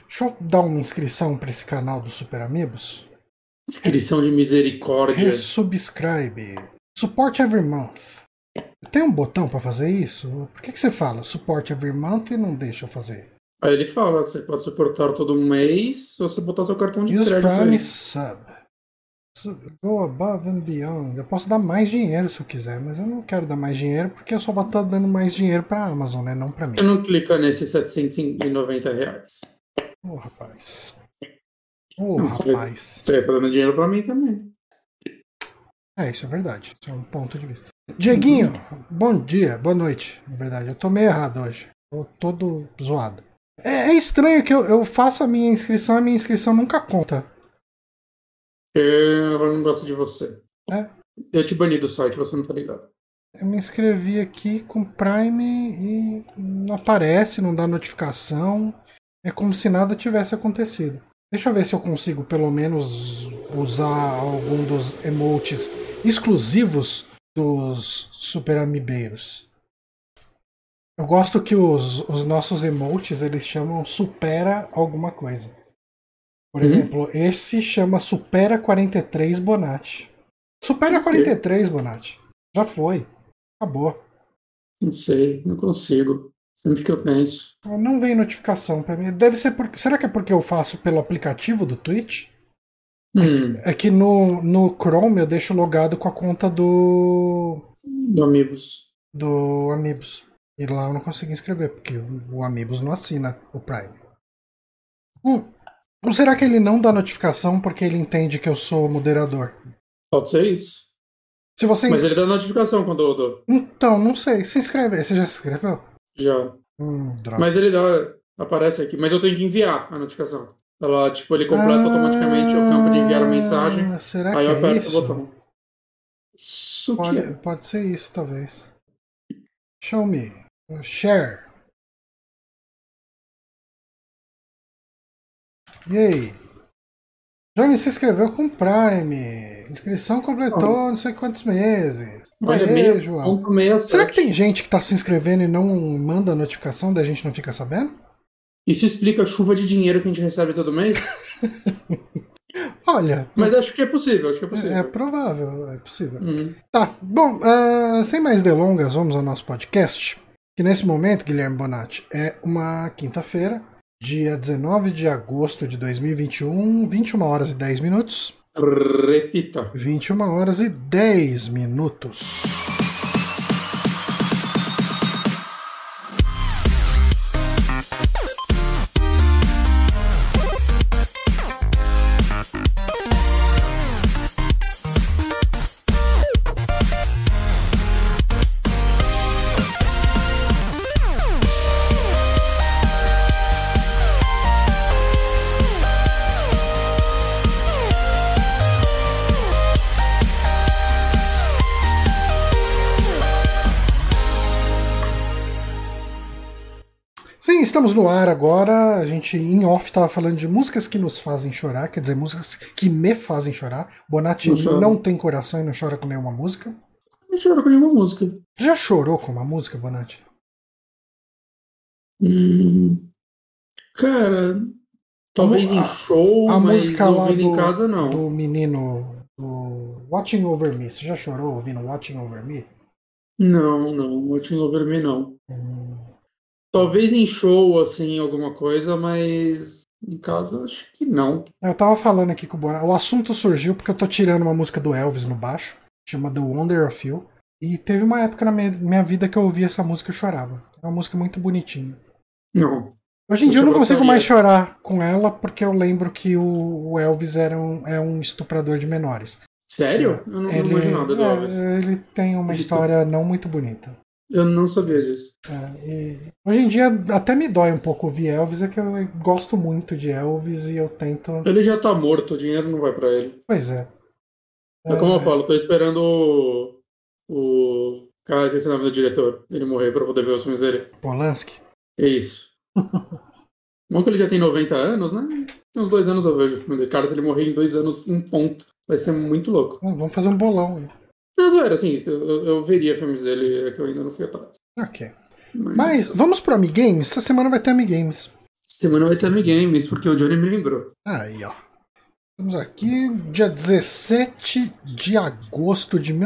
Deixa eu dar uma inscrição para esse canal do Super Amigos. Inscrição de misericórdia. Resubscribe. Support every month. Tem um botão para fazer isso? Por que você fala support every month e não deixa eu fazer? Aí ele fala, você pode suportar todo mês se você botar seu cartão de Use crédito Prime aí. Sub. Go above and beyond. Eu posso dar mais dinheiro se eu quiser, mas eu não quero dar mais dinheiro porque eu só vou estar dando mais dinheiro pra Amazon, né? Não pra mim. Você não clica nesses R$790. Ô, rapaz. Você tá dando dinheiro pra mim também. Isso é verdade. Isso é um ponto de vista. Dieguinho, bom dia, boa noite. Na verdade, eu tô meio errado hoje. Tô todo zoado. É estranho que eu faço a minha inscrição nunca conta. Eu não gosto de você. Eu te bani do site, você não tá ligado. Eu me inscrevi aqui com Prime e não aparece, não dá notificação. É como se nada tivesse acontecido. Deixa eu ver se eu consigo pelo menos usar algum dos emotes exclusivos dos Super Amibeiros. Eu gosto que os nossos emotes eles chamam Supera alguma coisa. Por exemplo, esse chama Supera 43 Bonatti. Supera 43 Bonatti. Já foi. Acabou. Não sei, não consigo. Sempre que eu penso. Não vem notificação pra mim. Deve ser porque. Será que é porque eu faço pelo aplicativo do Twitch? É que no Chrome eu deixo logado com a conta do Amigos. Do Amigos. E lá eu não consigo inscrever, porque o Amigos não assina o Prime. Ou será que ele não dá notificação porque ele entende que eu sou moderador? Pode ser isso. Se você Mas ele dá notificação quando eu dou. Então, não sei. Se inscreve. Você já se inscreveu? Já. Droga. Mas ele dá. Aparece aqui. Mas eu tenho que enviar a notificação. Ela, tipo, ele completa automaticamente o campo de enviar a mensagem. Será aí que eu aperto isso? o botão. Isso Pode ser isso, talvez. Show me. Share. E aí? Johnny se inscreveu com Prime. Inscrição completou não sei quantos meses. Olha, Aê, João. 6.67. Será que tem gente que tá se inscrevendo e não manda notificação da gente não fica sabendo? Isso explica a chuva de dinheiro que a gente recebe todo mês? Olha. Mas acho que é possível, É provável, é possível. Uhum. Tá, bom, sem mais delongas, vamos ao nosso podcast. Que nesse momento, Guilherme Bonatti, é uma quinta-feira, dia 19 de agosto de 2021, 21 horas e 10 minutos. Repita. 21 horas e 10 minutos. Sim, estamos no ar agora. A gente, em off, estava falando de músicas que nos fazem chorar, quer dizer, músicas que me fazem chorar. Bonatti não tem coração e não chora com nenhuma música. Não choro com nenhuma música. Já chorou com uma música, Bonatti? Cara, talvez em show, a mas música lá ouvindo em casa, não. Do menino do Watching Over Me. Você já chorou ouvindo Watching Over Me? Não, Watching Over Me não. Talvez em show, assim, alguma coisa, mas em casa acho que não. Eu tava falando aqui com o Bonatti. O assunto surgiu porque eu tô tirando uma música do Elvis no baixo, chama The Wonder of You. E teve uma época na minha vida que eu ouvia essa música e chorava. É uma música muito bonitinha. Não. Hoje em dia eu não consigo mais chorar com ela porque eu lembro que o Elvis é um estuprador de menores. Sério? Eu não imagino nada do Elvis. Ele tem uma história não muito bonita. Eu não sabia disso. Hoje em dia até me dói um pouco ouvir Elvis, é que eu gosto muito de Elvis e eu tento... Ele já tá morto, o dinheiro não vai pra ele. Pois é. É como eu falo, tô esperando o... Cara, esqueci o nome do diretor. Ele morrer pra poder ver os filmes dele. Polanski? É isso. Bom que ele já tem 90 anos, né? Tem uns 2 anos eu vejo o filme dele. Cara, se ele morrer em 2 anos em ponto, vai ser muito louco. Vamos fazer um bolão. Não, zoeira, assim, eu veria filmes dele, é que eu ainda não fui atrás. Ok. Mas vamos pro Amigames? Essa semana vai ter Amigames. Semana vai ter Amigames, porque o Johnny me lembrou. Aí, ó. Estamos aqui, dia 17 de agosto de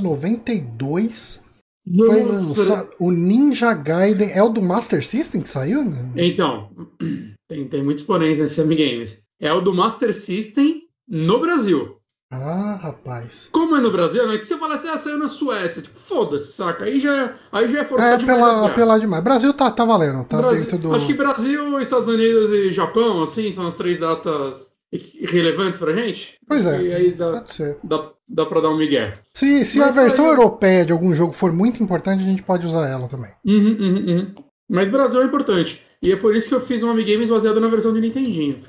1992. Foi Vamos. lançado o Ninja Gaiden. É o do Master System que saiu? Né? Então, tem muitos poréns nesse Amigames. É o do Master System no Brasil. Ah, rapaz. Como é no Brasil, né? Que se eu falasse, saiu na Suécia, tipo, foda-se, saca? Aí já é É forçar demais a piada. apelar demais. Brasil tá valendo, tá Brasil, dentro acho que do. Brasil, Estados Unidos e Japão, assim, são as três datas relevantes pra gente. Pois Acho é, que aí dá, pode ser. dá pra dar um migué. Se a Mas versão saiu. europeia de algum jogo for muito importante, a gente pode usar ela também. Uhum. Mas Brasil é importante. E é por isso que eu fiz um Amigames baseado na versão de Nintendinho.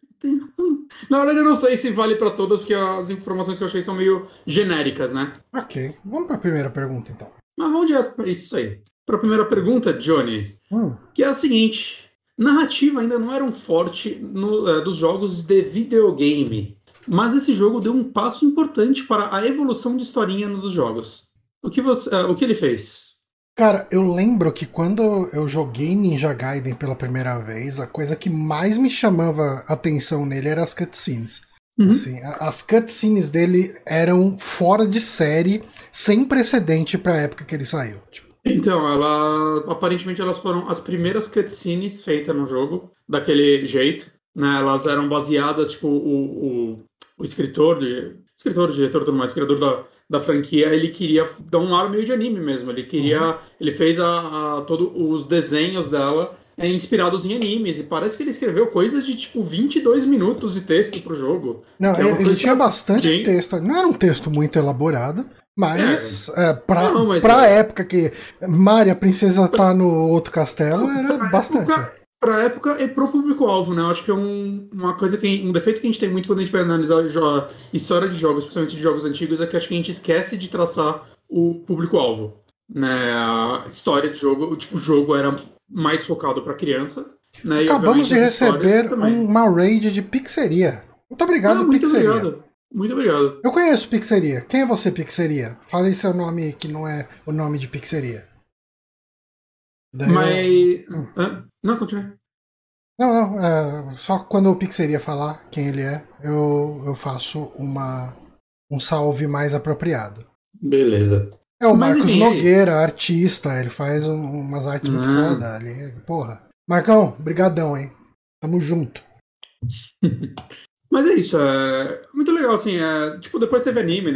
Na verdade, eu não sei se vale pra todas, porque as informações que eu achei são meio genéricas, né? Ok, vamos para a primeira pergunta então. Mas vamos direto para isso aí. Para a primeira pergunta, Johnny, Hum, que é a seguinte: narrativa ainda não era um forte dos jogos de videogame, mas esse jogo deu um passo importante para a evolução de historinha dos jogos. O que ele fez? Cara, eu lembro que quando eu joguei Ninja Gaiden pela primeira vez, a coisa que mais me chamava atenção nele era as cutscenes. Uhum. Assim, as cutscenes dele eram fora de série, sem precedente para a época que ele saiu. Tipo, Então, aparentemente elas foram as primeiras cutscenes feitas no jogo, daquele jeito, né? Elas eram baseadas, tipo, o escritor, diretor, tudo mais, criador da franquia, ele queria dar um ar meio de anime mesmo. uhum. Ele fez todos os desenhos dela inspirados em animes, e parece que ele escreveu coisas de, tipo, 22 minutos de texto pro jogo, Não, que é uma ele coisa tinha bastante bem... texto. Não era um texto muito elaborado, É, mas não, mas pra época que Maria, a princesa, tá no outro castelo, era Pra bastante. época, pra época e pro público-alvo, né? Eu acho que é uma coisa um defeito que a gente tem muito quando a gente vai analisar história de jogos, principalmente de jogos antigos, é que acho que a gente esquece de traçar o público-alvo, né? A história de jogo, o jogo era mais focado para criança, né? E Acabamos obviamente de as histórias receber também. uma raid de Pixeria. Muito Ah, obrigado, muito Pixeria. obrigado. Muito obrigado. Eu conheço Pixeria. Quem é você, Pixeria? Fale seu nome que não é o nome de Pixeria. Daí eu. Mas. Hum. Não, continue. Não, não. Só quando o Pixeria falar quem ele é, eu faço um salve mais apropriado. Beleza. É o Mas Marcos enfim, é isso. Nogueira, artista. Ele faz umas artes muito Ah. foda ali. Porra. Marcão, brigadão, hein? Tamo junto. Mas é isso, é muito legal, assim, tipo, depois teve anime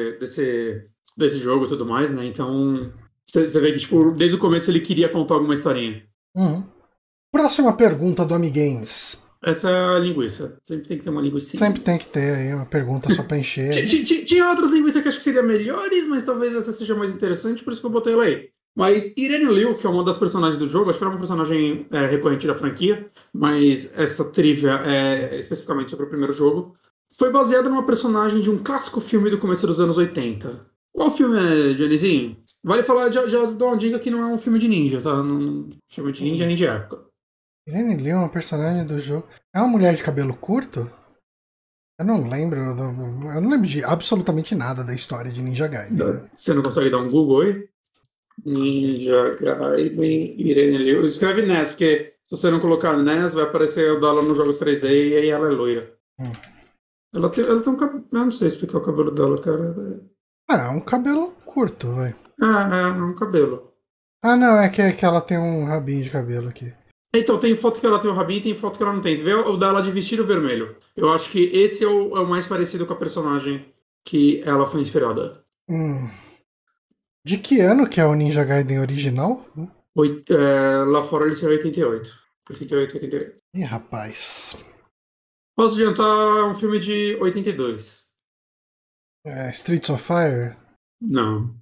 desse jogo e tudo mais, né, então você vê que, tipo, desde o começo ele queria contar alguma historinha. Uhum. Próxima pergunta do Amigames. Essa é a linguiça, sempre tem que ter uma Sempre linguicinha. tem que ter aí uma pergunta só pra encher aí. Tinha outras linguiças que eu acho que seriam melhores, mas talvez essa seja mais interessante, por isso que eu botei ela aí. Mas Irene Liu, que é uma das personagens do jogo, acho que ela é uma personagem recorrente da franquia, mas essa trivia é especificamente sobre o primeiro jogo, foi baseada numa personagem de um clássico filme do começo dos anos 80. Qual filme é, Johnnyzinho? Vale falar, já dou uma dica que não é um filme de ninja, tá? Filme de ninja nem de época. Irene Lee é uma personagem do jogo. É uma mulher de cabelo curto? Eu não lembro. Eu não lembro de absolutamente nada da história de Ninja Gaiden. Né? Você não consegue dar um Google aí? Ninja Gaiden Irene Liu. Escreve Ness, porque se você não colocar Ness, vai aparecer o dela no jogo 3D e aí ela é loira. Hum. Ela tem um cabelo. Eu não sei explicar o cabelo dela, cara. Ah, é um cabelo curto, vai. É um cabelo. Ah, não, é que ela tem um rabinho de cabelo aqui. Então, tem foto que ela tem o rabinho e tem foto que ela não tem. Vê o dela de vestido vermelho. Eu acho que esse é o mais parecido com a personagem que ela foi inspirada. Hum. De que ano que é o Ninja Gaiden original? Lá fora ele saiu em 88. 88. Ih, rapaz. Posso adiantar, é um filme de 82. Streets of Fire? Não.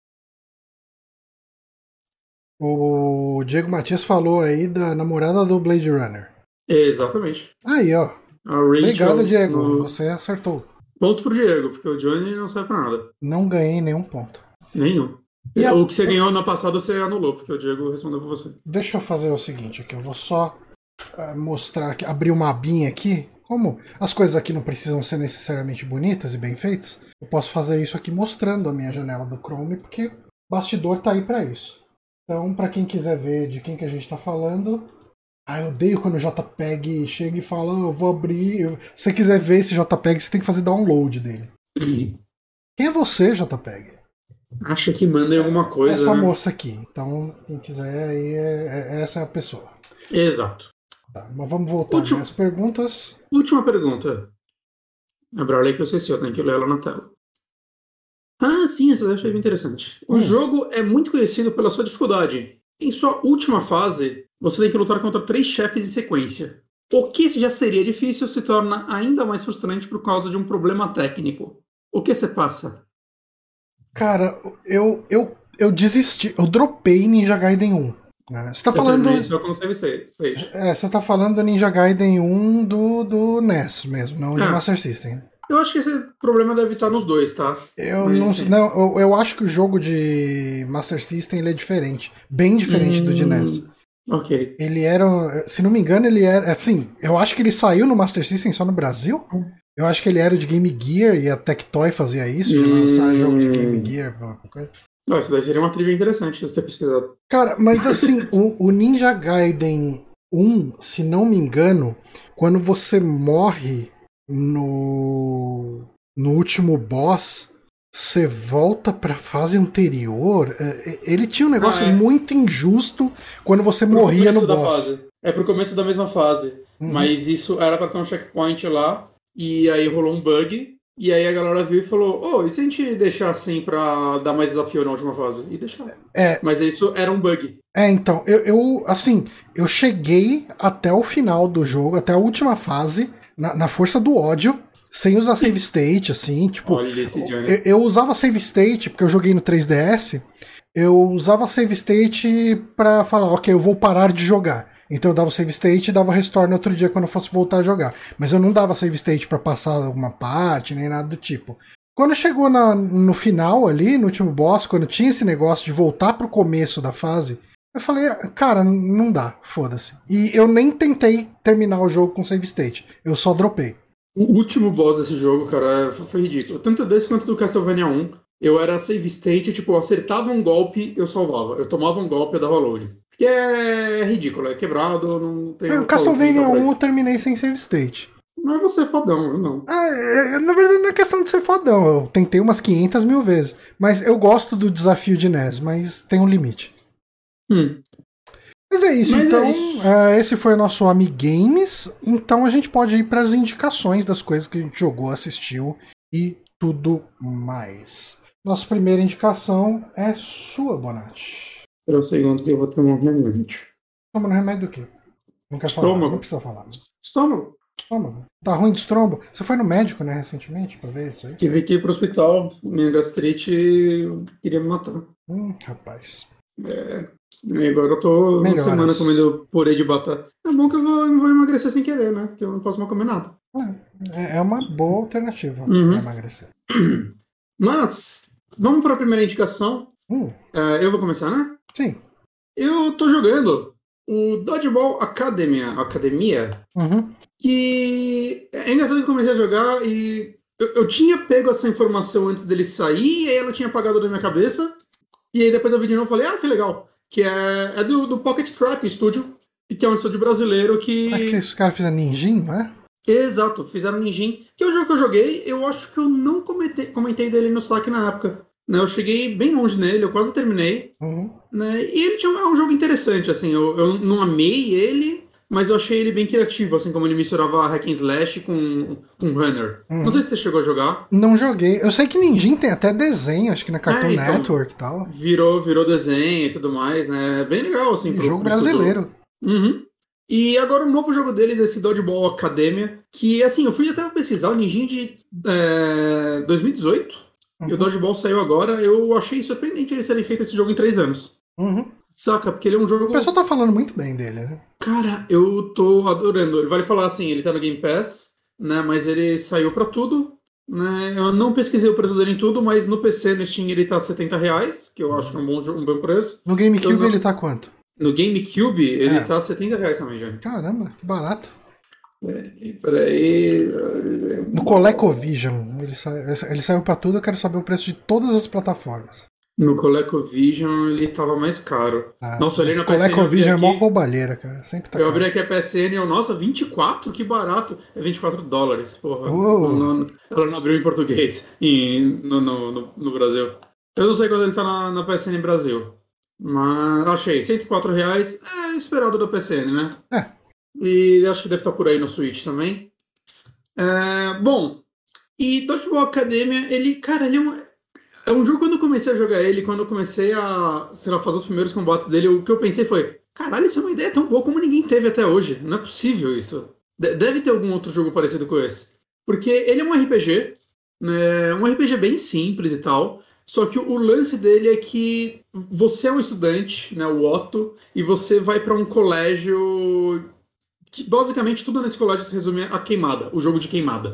O Diego Matias falou aí da namorada do Blade Runner. Exatamente. Aí, ó. A Obrigado, Rachel Diego. no. Você acertou. Ponto pro Diego, porque o Johnny não serve pra nada. Não ganhei nenhum ponto. Nenhum. E a... O que você ganhou na passada você anulou, porque o Diego respondeu por você. Deixa eu fazer o seguinte aqui. Eu vou só mostrar aqui, abrir uma abinha aqui. Como as coisas aqui não precisam ser necessariamente bonitas e bem feitas, eu posso fazer isso aqui mostrando a minha janela do Chrome, porque o bastidor tá aí para isso. Então, para quem quiser ver de quem que a gente está falando, Ah, eu odeio quando o JPEG chega e fala, eu vou abrir. Se você quiser ver esse JPEG, você tem que fazer download dele. Quem é você, JPEG? Acha que manda em alguma coisa, Essa né? moça aqui. Então, quem quiser aí, essa é a pessoa. Exato. Tá, mas vamos voltar Última, às perguntas. última pergunta. É pra ler que eu esqueci, eu tenho que ler ela na tela. Ah, sim, essa eu achei bem interessante. O jogo é muito conhecido pela sua dificuldade. Em sua última fase, você tem que lutar contra 3 chefes em sequência. O que já seria difícil se torna ainda mais frustrante por causa de um problema técnico. O que você passa? Cara, eu desisti. Eu dropei Ninja Gaiden 1. Né? Você tá Eu terminei falando. só com o save state. Você tá falando do Ninja Gaiden 1 do NES mesmo, não de É, Master System. eu acho que esse problema deve estar nos dois, tá? Eu Mas, não, sim. não eu acho que o jogo de Master System ele é diferente. Bem diferente do de NES. Ok. Ele era. Se não me engano, ele era. Assim, eu acho que ele saiu no Master System só no Brasil. Eu acho que ele era o de Game Gear e a Tectoy fazia isso, de lançar jogo de Game Gear. Coisa. Não, isso daí seria uma trilha interessante se você ter pesquisado. Cara, mas assim, o Ninja Gaiden 1, se não me engano, quando você morre no último boss, você volta pra fase anterior. Ele tinha um negócio muito injusto quando você morria no boss. Fase. É pro começo da mesma fase. Uhum. Mas isso era pra ter um checkpoint lá. E aí rolou um bug. E aí a galera viu e falou: Ô, e se a gente deixar assim pra dar mais desafio na última fase? E deixar. Mas isso era um bug. Então, eu cheguei até o final do jogo, até a última fase, na força do ódio, sem usar save state, assim, tipo. Olha esse Johnny. Eu usava save state, porque eu joguei no 3DS, eu usava save state pra falar, ok, eu vou parar de jogar. Então eu dava save state e dava restore no outro dia quando eu fosse voltar a jogar. Mas eu não dava save state pra passar alguma parte, nem nada do tipo. Quando chegou no final ali, no último boss, quando tinha esse negócio de voltar pro começo da fase, eu falei, cara, não dá, foda-se. E eu nem tentei terminar o jogo com save state, eu só dropei. O último boss desse jogo, cara, foi ridículo. Tanto desse quanto do Castlevania 1, eu era save state, tipo, eu acertava um golpe, eu salvava. Eu tomava um golpe, eu dava load. Porque é ridículo, é quebrado, não tem... O Castlevania 1 eu terminei sem save state. Não é você fodão, eu não. Na verdade não é questão de ser fodão, eu tentei umas 500 mil vezes. Mas eu gosto do desafio de NES, mas tem um limite. Mas é isso, esse foi o nosso Amigames. Então a gente pode ir para as indicações das coisas que a gente jogou, assistiu e tudo mais. Nossa primeira indicação é sua, Bonatti. Espera um segundo que eu vou tomar um remédio. Tomando remédio do quê? Não quer falar, não precisa falar. Estômago. Tá ruim de estrombo? Você foi no médico, né, recentemente, pra ver isso aí? Tive que ir pro hospital, minha gastrite queria me matar. Rapaz. E agora eu tô uma semana comendo purê de batata. É bom que eu vou emagrecer sem querer, né? Porque eu não posso mais comer nada. É uma boa alternativa pra emagrecer. Mas, vamos para a primeira indicação. Eu vou começar, né? Sim. Eu tô jogando o Dodgeball Academia. Que é engraçado que eu comecei a jogar e eu tinha pego essa informação antes dele sair e aí ela tinha apagado da minha cabeça. E aí depois eu vi de novo e falei, que legal. Que é do Pocket Trap Studio, que é um estúdio brasileiro que... que os caras fizeram Ninjin, não é? Exato, fizeram Ninjin, que é um jogo que eu joguei, eu acho que eu não comentei dele no Slack na época. Né? Eu cheguei bem longe nele, eu quase terminei. Né? E ele é um jogo interessante, assim, eu não amei ele, mas eu achei ele bem criativo, assim, como ele misturava hack and slash com runner. Não sei se você chegou a jogar. Não joguei. Eu sei que Ninjin tem até desenho, acho que na Cartoon Network e tal. Virou desenho e tudo mais, né? Bem legal, assim. Jogo brasileiro. E agora o novo jogo deles, esse Dodgeball Academia, que, assim, eu fui até pesquisar o Ninjin de 2018, e o Dodgeball saiu agora. Eu achei surpreendente eles terem feito esse jogo em 3 anos. Saca? Porque ele é um jogo... O pessoal tá falando muito bem dele, né? Cara, eu tô adorando. Ele vale falar assim, ele tá no Game Pass, né? Mas ele saiu pra tudo, né? Eu não pesquisei o preço dele em tudo, mas no PC, no Steam, ele tá R$70, que eu acho que é um bom preço. No GameCube ele tá quanto? No GameCube, ele tá R$70 também, já. Caramba, que barato. Peraí. No ColecoVision, ele saiu pra tudo, eu quero saber o preço de todas as plataformas. No ColecoVision ele tava mais caro. Ah, Nossa, eu olhei na PSN, ColecoVision é mó roubalheira, cara. Sempre tá eu abri caro. aqui a PSN e eu, nossa, 24, que barato. É US$ 24, porra. Uou. Ela não abriu em português no Brasil. Eu não sei quando ele tá na PSN Brasil. Mas achei, R$ 104. É esperado da PSN, né? É, E acho que deve estar por aí no Switch também. Bom, e Dodgeball Academia, ele, cara, é um jogo. Quando eu comecei a jogar ele, quando eu comecei a, sei lá, fazer os primeiros combates dele, o que eu pensei foi, caralho, isso é uma ideia tão boa como ninguém teve até hoje. Não é possível isso. Deve ter algum outro jogo parecido com esse. Porque ele é um RPG, né, um RPG bem simples e tal, só que o lance dele é que você é um estudante, né, o Otto, e você vai para um colégio que basicamente tudo nesse colégio se resume a queimada, o jogo de queimada.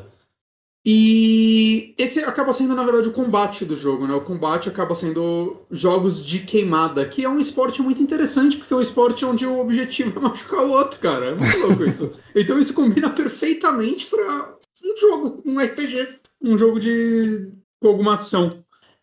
E esse acaba sendo, na verdade, o combate do jogo, né? O combate acaba sendo jogos de queimada, que é um esporte muito interessante, porque é um esporte onde o objetivo é machucar o outro, cara. É muito louco isso. Então isso combina perfeitamente para um jogo, um RPG, um jogo com alguma ação.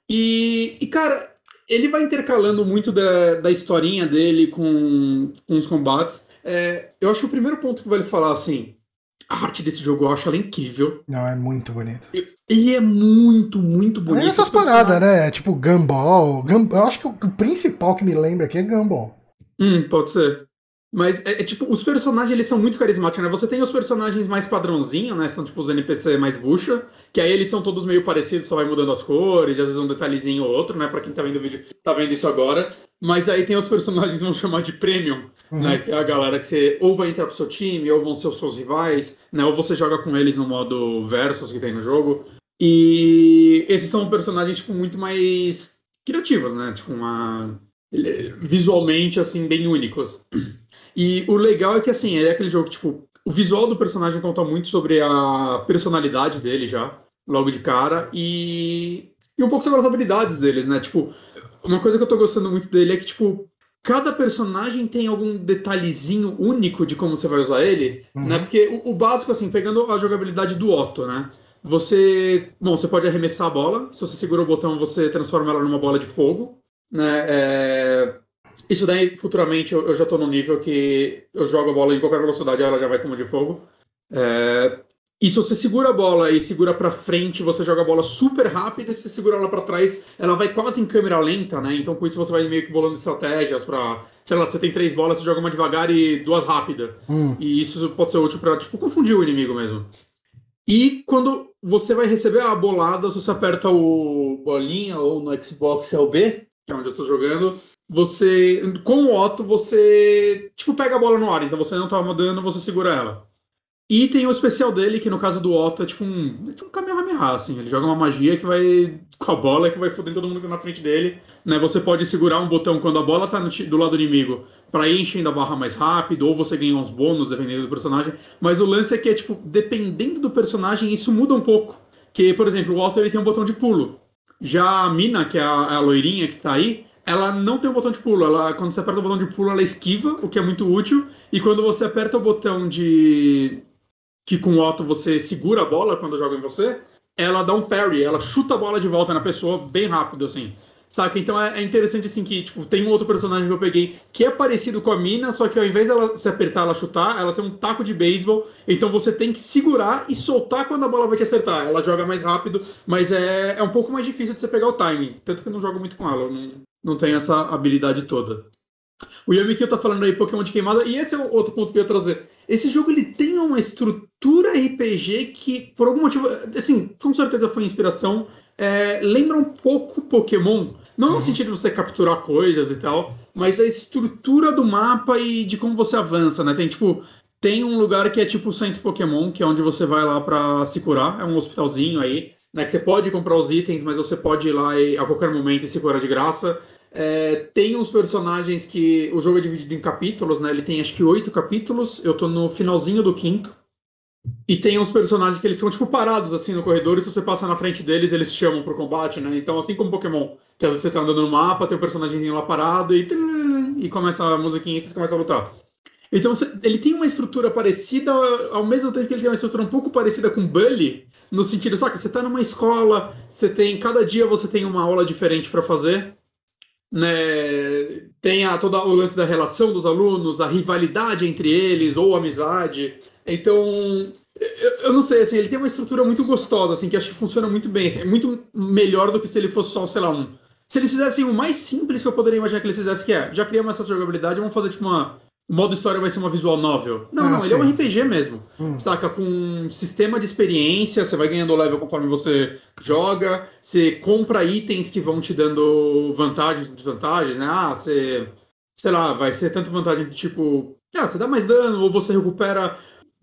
Cara, ele vai intercalando muito da historinha dele com os combates. Eu acho que o primeiro ponto que vale falar, assim, a arte desse jogo eu acho ela incrível. não, é muito bonito. Ele é muito, muito Além bonito. dessas Os personagens. paradas, né? Tipo Gumball. Eu acho que o principal que me lembra aqui é Gumball. Pode ser. Mas tipo, os personagens eles são muito carismáticos, né? Você tem os personagens mais padrãozinho, né? São tipo os NPC mais bucha, que aí eles são todos meio parecidos, só vai mudando as cores, às vezes um detalhezinho ou outro, né? Pra quem tá vendo o vídeo, tá vendo isso agora. Mas aí tem os personagens vamos chamar de premium, né? Uhum. Que é a galera que você ou vai entrar pro seu time, ou vão ser os seus rivais, né? Ou você joga com eles no modo versus que tem no jogo. E esses são personagens, tipo, muito mais criativos, né? Tipo, visualmente, assim, bem únicos. E o legal é que, assim, é aquele jogo, tipo, o visual do personagem conta muito sobre a personalidade dele já, logo de cara, e um pouco sobre as habilidades deles, né? Tipo, uma coisa que eu tô gostando muito dele é que, tipo, cada personagem tem algum detalhezinho único de como você vai usar ele, né? Uhum. Porque o básico, assim, pegando a jogabilidade do Otto, né? Você pode arremessar a bola, se você segura o botão, você transforma ela numa bola de fogo, né? Isso daí, futuramente, eu já tô num nível que eu jogo a bola em qualquer velocidade, ela já vai como de fogo. É, E se você segura a bola e segura pra frente, você joga a bola super rápida, e se você segura ela pra trás, ela vai quase em câmera lenta, né? Então com isso você vai meio que bolando estratégias pra. Sei lá, você tem 3 bolas, você joga uma devagar e 2 rápidas. Hum. E isso pode ser útil pra, tipo, confundir o inimigo mesmo. E quando você vai receber a bolada, se você aperta o bolinha ou no Xbox é o B, que é onde eu tô jogando, com o Otto, você, tipo, pega a bola no ar, então você não toma dano, você segura ela. E tem o especial dele, que no caso do Otto é tipo um Kamehameha, assim. Ele joga uma magia que vai com a bola, que vai foder todo mundo que tá na frente dele. Né? Você pode segurar um botão quando a bola tá do lado do inimigo pra ir enchendo a barra mais rápido, ou você ganha uns bônus dependendo do personagem. Mas o lance é que, tipo, dependendo do personagem, isso muda um pouco. Que, por exemplo, o Otto ele tem um botão de pulo. Já a Mina, que é a loirinha que tá aí, ela não tem um botão de pulo. Quando você aperta o botão de pulo, ela esquiva, o que é muito útil. E quando você aperta o botão de que com o Otto você segura a bola quando joga em você, ela dá um parry, ela chuta a bola de volta na pessoa bem rápido, assim. Saca? Então é interessante, assim, que, tipo, tem um outro personagem que eu peguei que é parecido com a Mina, só que ao invés dela se apertar, ela chutar, ela tem um taco de beisebol, então você tem que segurar e soltar quando a bola vai te acertar. Ela joga mais rápido, mas é um pouco mais difícil de você pegar o timing. Tanto que eu não jogo muito com ela, eu não tenho essa habilidade toda. O Yamikio tá falando aí Pokémon de queimada, e esse é o outro ponto que eu ia trazer. Esse jogo ele tem uma estrutura RPG que, por algum motivo, assim, com certeza foi inspiração, lembra um pouco Pokémon. Não no Uhum. sentido de você capturar coisas e tal, mas a estrutura do mapa e de como você avança, né? Tem um lugar que é tipo o Centro Pokémon, que é onde você vai lá pra se curar, é um hospitalzinho aí, né? Que você pode comprar os itens, mas você pode ir lá a qualquer momento e se curar de graça. Tem uns personagens que o jogo é dividido em capítulos, né? Ele tem acho que 8 capítulos. Eu tô no finalzinho do quinto. E tem uns personagens que eles ficam tipo parados assim no corredor e se você passa na frente deles, eles te chamam pro combate, né? Então, assim como Pokémon, que às vezes você tá andando no mapa, tem um personagemzinho lá parado e começa a musiquinha e você começa a lutar. Então, ele tem uma estrutura parecida, ao mesmo tempo que ele tem uma estrutura um pouco parecida com Bully, no sentido, saca? Você tá numa escola, cada dia você tem uma aula diferente pra fazer. né? Tem todo o lance da relação dos alunos, a rivalidade entre eles, ou amizade. Então, eu não sei, assim, ele tem uma estrutura muito gostosa, assim, que acho que funciona muito bem. Assim, é muito melhor do que se ele fosse só, sei lá, um. Se eles fizessem o mais simples que eu poderia imaginar que eles fizessem, que é, já criamos essa jogabilidade, vamos fazer tipo uma. O modo história vai ser uma visual novel. Não, Ah, não, ele é um sim. RPG mesmo. Saca? Com um sistema de experiência, você vai ganhando level conforme você joga, você compra itens que vão te dando vantagens e desvantagens, né? Ah, você. Sei lá, vai ser tanto vantagem de tipo. Ah, você dá mais dano, ou você recupera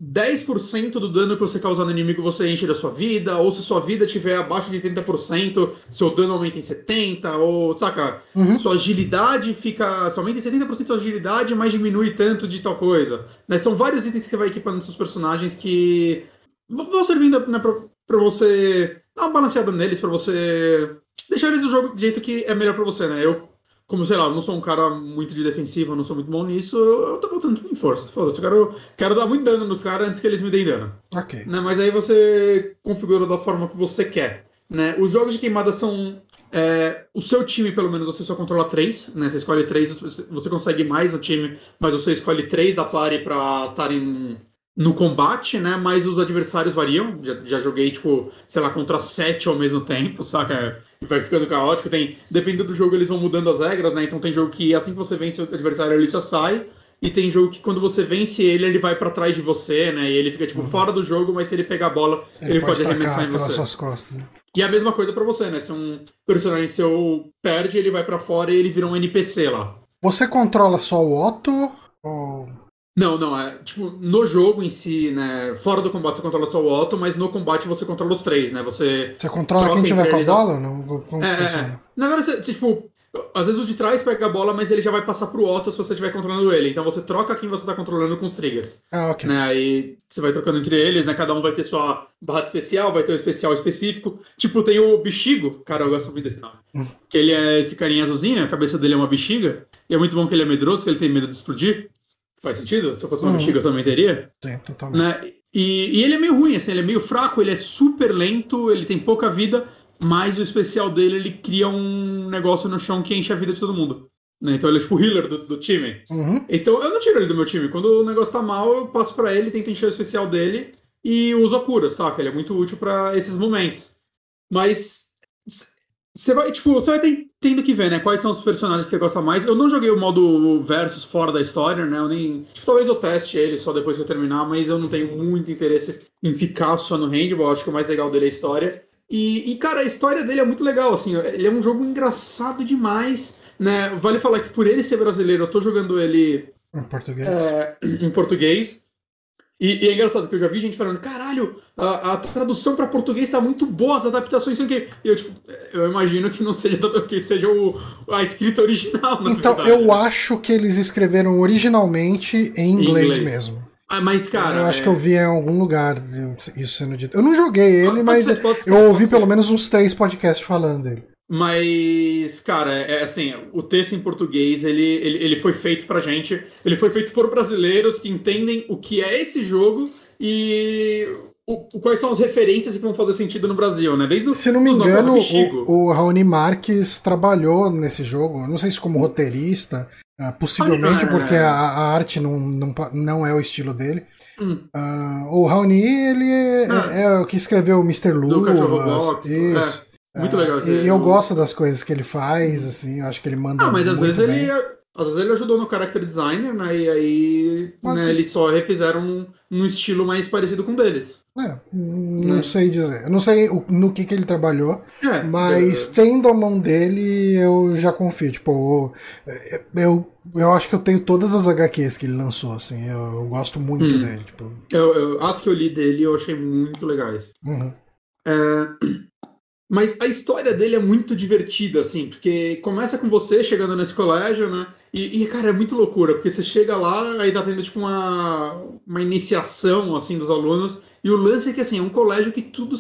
10% do dano que você causar no inimigo, você enche da sua vida, ou se sua vida estiver abaixo de 30%, seu dano aumenta em 70%, ou, saca? Uhum. Sua agilidade fica. Você aumenta em 70% sua agilidade, mas diminui tanto de tal coisa. Né? São vários itens que você vai equipando nos seus personagens que vão servindo, né, pra você dar uma balanceada neles, pra você deixar eles no jogo do jeito que é melhor pra você, né? Eu, como sei lá, eu não sou um cara muito de defensiva, eu não sou muito bom nisso, eu tô botando tudo em força. Foda-se, quero dar muito dano nos caras antes que eles me deem dano. Ok. Né? Mas aí você configura da forma que você quer. Né? Os jogos de queimada são. O seu time, pelo menos, você só controla três, né? Você escolhe três, você consegue mais no time, mas você escolhe três da party pra estarem no combate, né? Mas os adversários variam. Já joguei, tipo, sei lá, contra sete ao mesmo tempo, saca? E vai ficando caótico. Dependendo do jogo, eles vão mudando as regras, né? Então tem jogo que assim que você vence o adversário, ele só sai. E tem jogo que quando você vence ele, ele vai pra trás de você, né? E ele fica, tipo, fora do jogo, mas se ele pegar a bola, Ele ele pode pode arremessar tacar em pelas você. suas costas. Né? E a mesma coisa pra você, né? Se um personagem seu perde, ele vai pra fora e ele vira um NPC lá. Você controla só o Otto? Ou... Não, não, tipo, no jogo em si, né? Fora do combate você controla só o Otto, mas no combate você controla os três, né? Você Você controla troca quem tiver entre com a eles. bola? Não, como que É. funciona? Na verdade, tipo, às vezes o de trás pega a bola, mas ele já vai passar pro Otto se você estiver controlando ele. Então você troca quem você tá controlando com os triggers. Ah, ok. Né? Aí você vai trocando entre eles, né? Cada um vai ter sua barra de especial, vai ter um especial específico. Tipo, tem o Bexigo, cara, eu gosto muito desse nome. Que ele é esse carinha azulzinho, a cabeça dele é uma bexiga. E é muito bom que ele é medroso, que ele tem medo de explodir. Faz sentido? Se eu fosse uma bexiga, eu também teria. Sim, totalmente. Né? E ele é meio ruim, assim, ele é meio fraco, ele é super lento, ele tem pouca vida, mas o especial dele, ele cria um negócio no chão que enche a vida de todo mundo. Né? Então ele é tipo o healer do time. Uhum. Então eu não tiro ele do meu time. Quando o negócio tá mal, eu passo pra ele, tento encher o especial dele e uso a cura, saca? Ele é muito útil pra esses momentos. Mas você vai, tipo, você vai tendo que ver, né? Quais são os personagens que você gosta mais. Eu não joguei o modo versus fora da história, né? Eu nem. Tipo, talvez eu teste ele só depois que eu terminar, mas eu não tenho muito interesse em ficar só no handball. Eu acho que o mais legal dele é a história. Cara, a história dele é muito legal, assim. Ele é um jogo engraçado demais, né? Vale falar que por ele ser brasileiro, eu tô jogando ele Em português. em português. E é engraçado que eu já vi gente falando, caralho, a tradução para português tá muito boa, as adaptações são que. E eu, tipo, eu imagino que não seja que seja a escrita original, na Então, verdade. eu Né? acho que eles escreveram originalmente em inglês mesmo. Mas, cara. Eu acho que eu vi em algum lugar isso sendo dito. Eu não joguei ele, mas pode ser, eu ouvi pode pelo ser. menos uns 3 podcasts falando dele. Mas, cara, assim, o texto em português, ele foi feito pra gente, ele foi feito por brasileiros que entendem o que é esse jogo e quais são as referências que vão fazer sentido no Brasil, né? Desde Se não me os nomes do engano, Bexigo. o Raoni Marques trabalhou nesse jogo, não sei se como roteirista, possivelmente porque a arte não é o estilo dele. O Raoni, ele é o que escreveu o Mr. Do Cachorro Luvas, Box. isso. Muito legal esse. E eu gosto das coisas que ele faz, assim, eu acho que ele manda Mas muito bem. às vezes ele ajudou no character designer, né? E aí né, eles só refizeram um estilo mais parecido com o deles. Não sei dizer. Eu não sei no que ele trabalhou, mas tendo a mão dele, eu já confio. Tipo, eu acho que eu tenho todas as HQs que ele lançou, assim. Eu gosto muito dele. Tipo. As que eu li dele eu achei muito legais. Uhum. Mas a história dele é muito divertida, assim, porque começa com você chegando nesse colégio, né? Cara, é muito loucura, porque você chega lá, aí tá tendo, tipo, uma iniciação, assim, dos alunos, E o lance é que, assim, é um colégio que tudo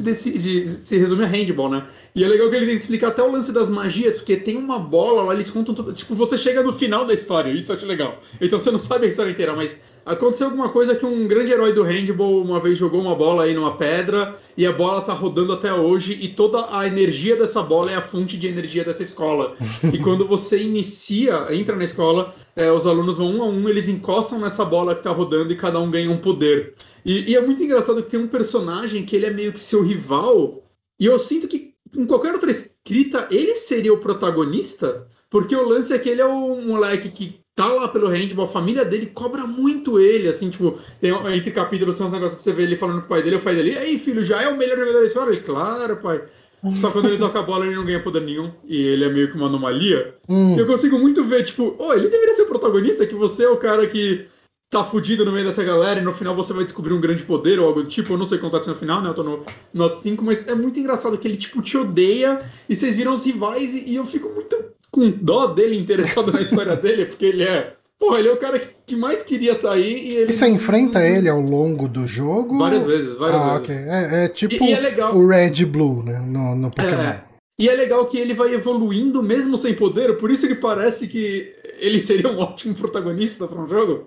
se resume a handball, né? E é legal que ele tem que explicar até o lance das magias, porque tem uma bola lá, eles contam tudo. Tipo, você chega no final da história, isso eu acho legal. Então você não sabe a história inteira, mas aconteceu alguma coisa que um grande herói do handball uma vez jogou uma bola aí numa pedra e a bola tá rodando até hoje e toda a energia dessa bola é a fonte de energia dessa escola. E quando você entra na escola, os alunos vão um a um, eles encostam nessa bola que tá rodando e cada um ganha um poder. E é muito engraçado que tem um personagem que ele é meio que seu rival, e eu sinto que em qualquer outra escrita ele seria o protagonista, porque o lance é que ele é o moleque que tá lá pelo handball, a família dele cobra muito ele, assim, tipo, entre capítulos tem uns negócios que você vê ele falando com o pai dele, e aí, filho, já é o melhor jogador da história? Ele, claro, pai. Só quando ele toca a bola ele não ganha poder nenhum, e ele é meio que uma anomalia. Eu consigo muito ver, tipo, ele deveria ser o protagonista, que você é o cara que tá fudido no meio dessa galera e no final você vai descobrir um grande poder ou algo do tipo. Eu não sei o que acontece no final, né? Eu tô no Note 5, mas é muito engraçado que ele, tipo, te odeia e vocês viram os rivais e eu fico muito com dó dele, interessado na história dele, porque ele é... Porra, ele é o cara que mais queria estar aí e ele... E você enfrenta ele ao longo do jogo? Várias vezes. Ok. É tipo e é legal. o Red e Blue, né? No Pokémon. E é legal que ele vai evoluindo mesmo sem poder, por isso que parece que ele seria um ótimo protagonista para um jogo.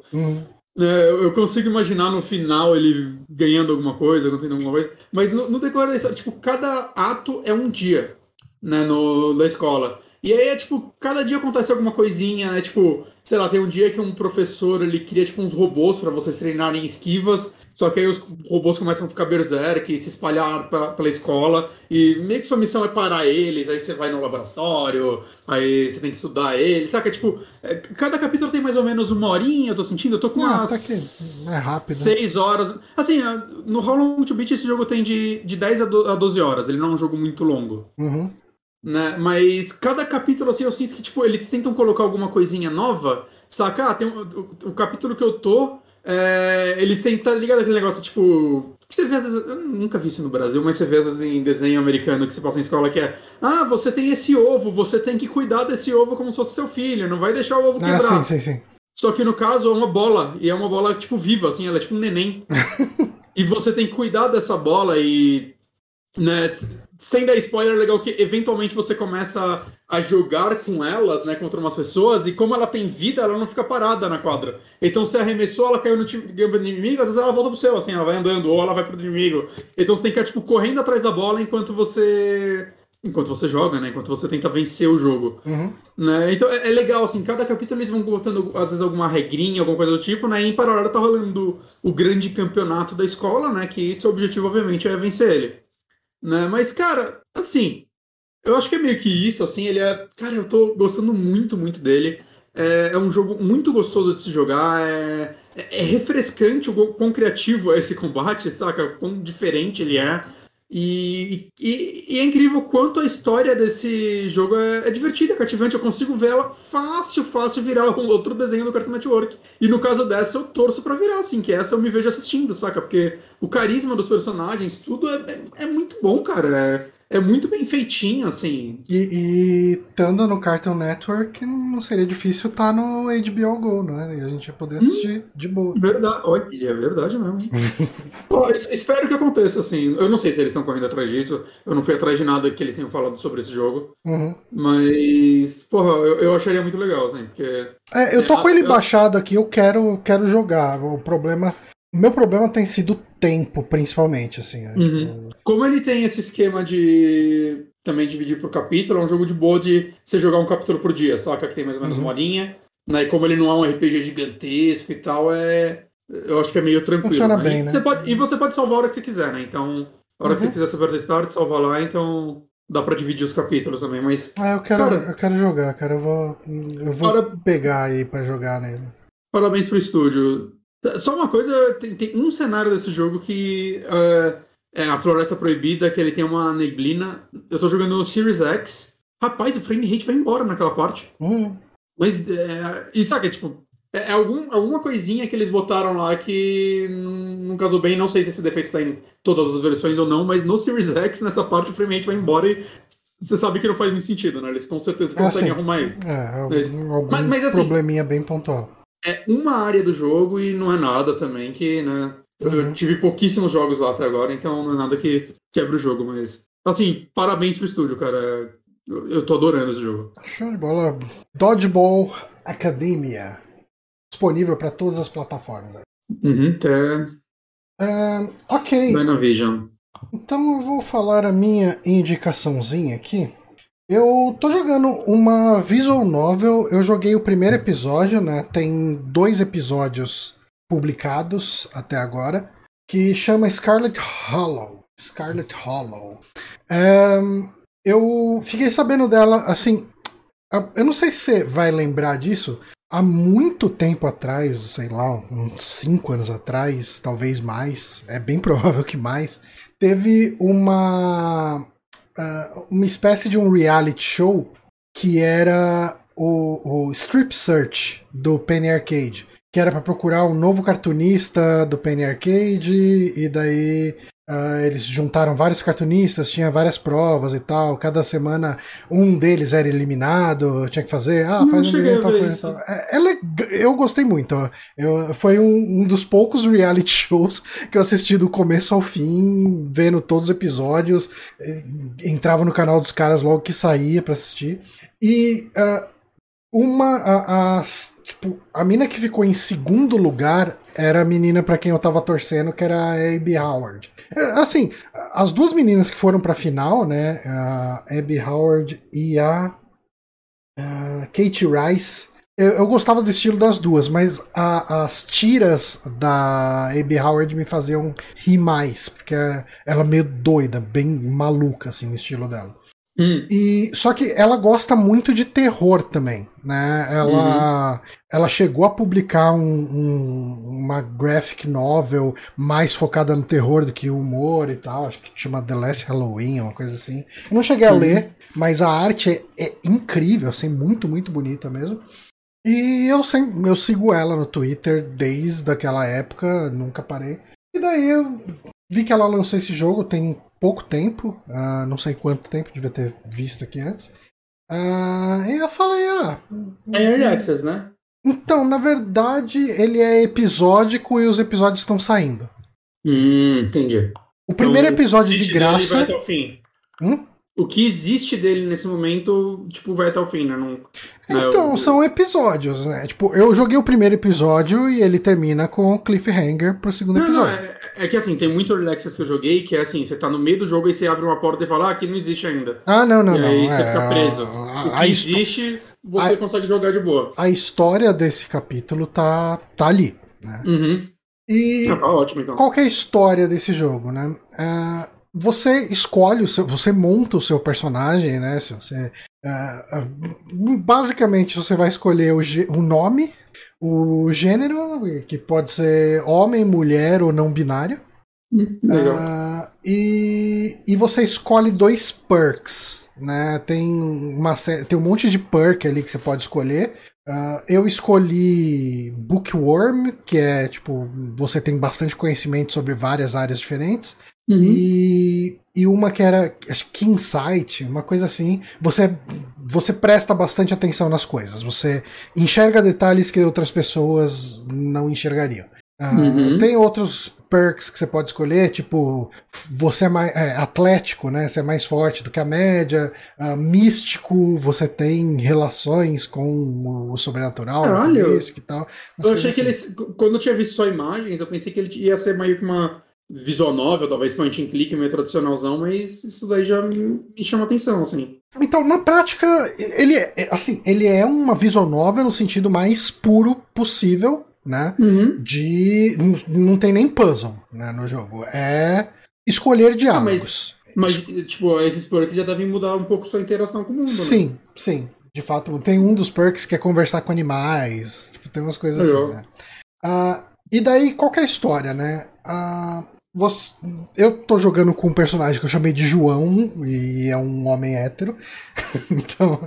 Eu consigo imaginar no final ele ganhando alguma coisa, acontecendo alguma coisa, mas no decorrer da história, tipo, cada ato é um dia, né, da escola. E aí tipo, cada dia acontece alguma coisinha, né, tipo, sei lá, tem um dia que um professor, ele cria, tipo, uns robôs para vocês treinarem esquivas, só que aí os robôs começam a ficar berserk e se espalhar pela escola, e meio que sua missão é parar eles, aí você vai no laboratório, aí você tem que estudar eles, saca? Tipo, cada capítulo tem mais ou menos uma horinha, eu tô sentindo, eu tô com umas tá que é rápido. 6 horas. Assim, no How Long to Beat esse jogo tem de 10 a 12 horas, ele não é um jogo muito longo. Né? Mas cada capítulo, assim, eu sinto que, tipo, eles tentam colocar alguma coisinha nova, saca? Tem o capítulo que eu tô, eles tentam, tá ligado aquele negócio, tipo... Que você vê às vezes, eu nunca vi isso no Brasil, mas você vê às vezes em desenho americano que você passa em escola que você tem esse ovo, você tem que cuidar desse ovo como se fosse seu filho, não vai deixar o ovo quebrar. Sim. Só que no caso é uma bola, e é uma bola, tipo, viva, assim, ela é tipo um neném. E você tem que cuidar dessa bola e... Né, sem dar spoiler, é legal que eventualmente você começa a jogar com elas, né, contra umas pessoas, e como ela tem vida, ela não fica parada na quadra. Então você arremessou, ela caiu no time do inimigo, às vezes ela volta pro seu, assim, ela vai andando, ou ela vai pro inimigo. Então você tem que ficar, tipo, correndo atrás da bola enquanto você joga, né, enquanto você tenta vencer o jogo. Né? Então é legal, assim, cada capítulo eles vão botando, às vezes, alguma regrinha, alguma coisa do tipo, né, e em paralelo tá rolando o grande campeonato da escola, né, que esse objetivo, obviamente, é vencer ele. Né? Mas, cara, assim, eu acho que é meio que isso, assim, ele é... Cara, eu tô gostando muito, muito dele. É um jogo muito gostoso de se jogar, é refrescante o quão criativo é esse combate, saca? Quão diferente ele é. E é incrível quanto a história desse jogo é divertida, é cativante. Eu consigo ver ela fácil virar um outro desenho do Cartoon Network. E no caso dessa, eu torço pra virar, assim, que essa eu me vejo assistindo, saca? Porque o carisma dos personagens, tudo é muito bom, cara. É muito bem feitinho, assim. E estando no Cartoon Network, não seria difícil estar no HBO Go, né? E a gente ia poder assistir de boa. Verdade, olha, é verdade mesmo. Pô, espero que aconteça, assim. Eu não sei se eles estão correndo atrás disso. Eu não fui atrás de nada que eles tenham falado sobre esse jogo. Mas, porra, eu acharia muito legal, assim, porque... eu tô com ele baixado aqui, eu quero jogar. Meu problema tem sido o tempo, principalmente, assim. Como ele tem esse esquema de também dividir por capítulo, é um jogo de boa de você jogar um capítulo por dia, saca? Que tem mais ou menos uma horinha. Né? E como ele não é um RPG gigantesco e tal, eu acho que é meio tranquilo. Funciona né? bem, né? Você pode salvar a hora que você quiser, né? Então, a hora que você quiser você vai start, salva lá, então dá pra dividir os capítulos também, mas... eu quero jogar, cara. Eu vou pegar aí pra jogar nele. Parabéns pro estúdio. Só uma coisa, tem um cenário desse jogo que é a Floresta Proibida, que ele tem uma neblina. Eu tô jogando no Series X. Rapaz, o frame rate vai embora naquela parte. Mas, e sabe, tipo, alguma coisinha que eles botaram lá que não casou bem. Não sei se esse defeito tá em todas as versões ou não, mas no Series X, nessa parte, o frame rate vai embora e você sabe que não faz muito sentido, né? Eles com certeza conseguem arrumar isso. Mas assim, probleminha bem pontual. É uma área do jogo e não é nada também que, né? Eu tive pouquíssimos jogos lá até agora, então não é nada que quebra o jogo, mas. Assim, parabéns pro estúdio, cara. Eu tô adorando esse jogo. Show de bola. Dodgeball Academia. Disponível para todas as plataformas. Até Ok. Dynavision. Então eu vou falar a minha indicaçãozinha aqui. Eu tô jogando uma visual novel. Eu joguei o primeiro episódio, né? Tem 2 episódios publicados até agora, que chama Scarlet Hollow. Scarlet Hollow. Eu fiquei sabendo dela, assim. Eu não sei se você vai lembrar disso. Há muito tempo atrás, sei lá, uns 5 anos atrás, talvez mais, é bem provável que mais, teve uma espécie de um reality show que era o Strip Search do Penny Arcade, que era para procurar um novo cartunista do Penny Arcade, e daí eles juntaram vários cartunistas, tinha várias provas e tal, cada semana um deles era eliminado, tinha que fazer, Não faz um cheguei desenho a tal ver coisa e isso. tal. Eu gostei muito, ó. Foi um dos poucos reality shows que eu assisti do começo ao fim, vendo todos os episódios, entrava no canal dos caras logo que saía pra assistir. E tipo, a mina que ficou em segundo lugar era a menina pra quem eu tava torcendo, que era a Abby Howard. Assim, as 2 meninas que foram pra final, né, a Abby Howard e a Katie Rice, eu gostava do estilo das duas, mas as tiras da Abby Howard me faziam rir mais, porque ela é meio doida, bem maluca, assim, o estilo dela. E só que ela gosta muito de terror também, né? Ela chegou a publicar uma graphic novel mais focada no terror do que o humor e tal, acho que chama The Last Halloween, uma coisa assim. Eu não cheguei a ler, mas a arte é incrível, assim, muito, muito bonita mesmo. E eu sigo ela no Twitter desde aquela época, nunca parei. E daí eu vi que ela lançou esse jogo tem pouco tempo, não sei quanto tempo, devia ter visto aqui antes. E eu falei, É Early Access, né? então, na verdade, ele é episódico e os episódios estão saindo. Entendi. O primeiro episódio de existe dele vai graça. até o fim. Hum? O que existe dele nesse momento, tipo, vai até o fim, né? Não, Então, são episódios, né? Tipo, eu joguei o primeiro episódio e ele termina com o cliffhanger pro segundo Não, episódio. é que assim, tem muito Early Access que eu joguei que é assim, você tá no meio do jogo e você abre uma porta e fala, aqui não existe ainda. Não. E aí você fica preso. O que existe, você consegue jogar de boa. A história desse capítulo tá ali, né? E tá ótimo, então. qual que é a história desse jogo, né? Você escolhe, você monta o seu personagem, né? Basicamente, você vai escolher o nome, o gênero, que pode ser homem, mulher ou não binário. Legal. E você escolhe 2 perks, né? Tem um monte de perk ali que você pode escolher. Eu escolhi Bookworm, que é tipo, você tem bastante conhecimento sobre várias áreas diferentes. E uma que era, acho que Insight, uma coisa assim. Você presta bastante atenção nas coisas. Você enxerga detalhes que outras pessoas não enxergariam. Tem outros perks que você pode escolher, tipo, você é mais atlético, né? Você é mais forte do que a média. Místico, você tem relações com o sobrenatural, com o místico e tal. Eu achei que assim. Quando eu tinha visto só imagens, eu pensei que ele ia ser meio que uma visual novel, talvez point and click, meio tradicionalzão, mas isso daí já me chama atenção, assim. Então, na prática, ele é uma visual novel no sentido mais puro possível, né? Não tem nem puzzle, né, no jogo. É escolher diálogos. Mas, tipo, esses perks já devem mudar um pouco sua interação com o mundo, sim, né? Sim. De fato, tem um dos perks que é conversar com animais. Tipo, tem umas coisas assim, né? E daí, qual que é a história, né? Eu tô jogando com um personagem que eu chamei de João, e é um homem hétero. Então,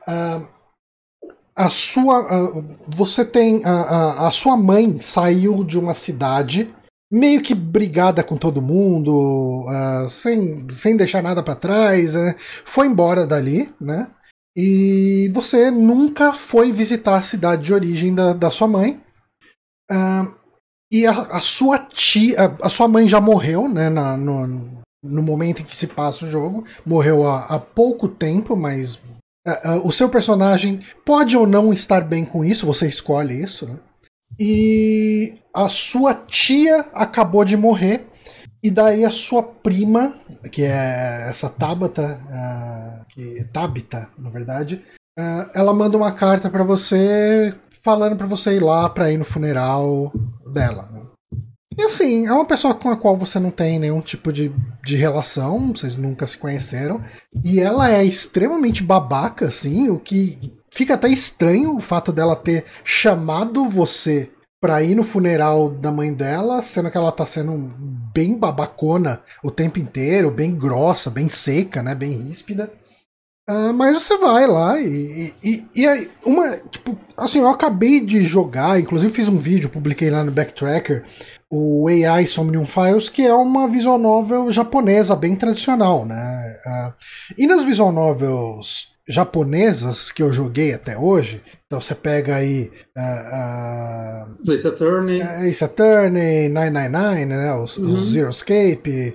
você tem a sua mãe saiu de uma cidade meio que brigada com todo mundo, sem deixar nada para trás, foi embora dali, né? E você nunca foi visitar a cidade de origem da sua mãe. E a sua tia, a sua mãe já morreu, né, no momento em que se passa o jogo. Morreu há pouco tempo, mas o seu personagem pode ou não estar bem com isso, você escolhe isso, né? E a sua tia acabou de morrer, e daí a sua prima, que é essa Tabata, Tabita, na verdade, ela manda uma carta pra você falando pra você ir lá pra ir no funeral dela, né? E assim, é uma pessoa com a qual você não tem nenhum tipo de relação, vocês nunca se conheceram, e ela é extremamente babaca, assim, o que fica até estranho o fato dela ter chamado você pra ir no funeral da mãe dela, sendo que ela tá sendo bem babacona o tempo inteiro, bem grossa, bem seca, né, bem ríspida. Mas você vai lá e aí, tipo, assim, eu acabei de jogar, inclusive fiz um vídeo, publiquei lá no Backtracker, o AI Somnium Files, que é uma visual novel japonesa bem tradicional, né? E nas visual novels japonesas que eu joguei até hoje, então você pega aí Ace Attorney, Ace Attorney, 999, né? O Zero Escape,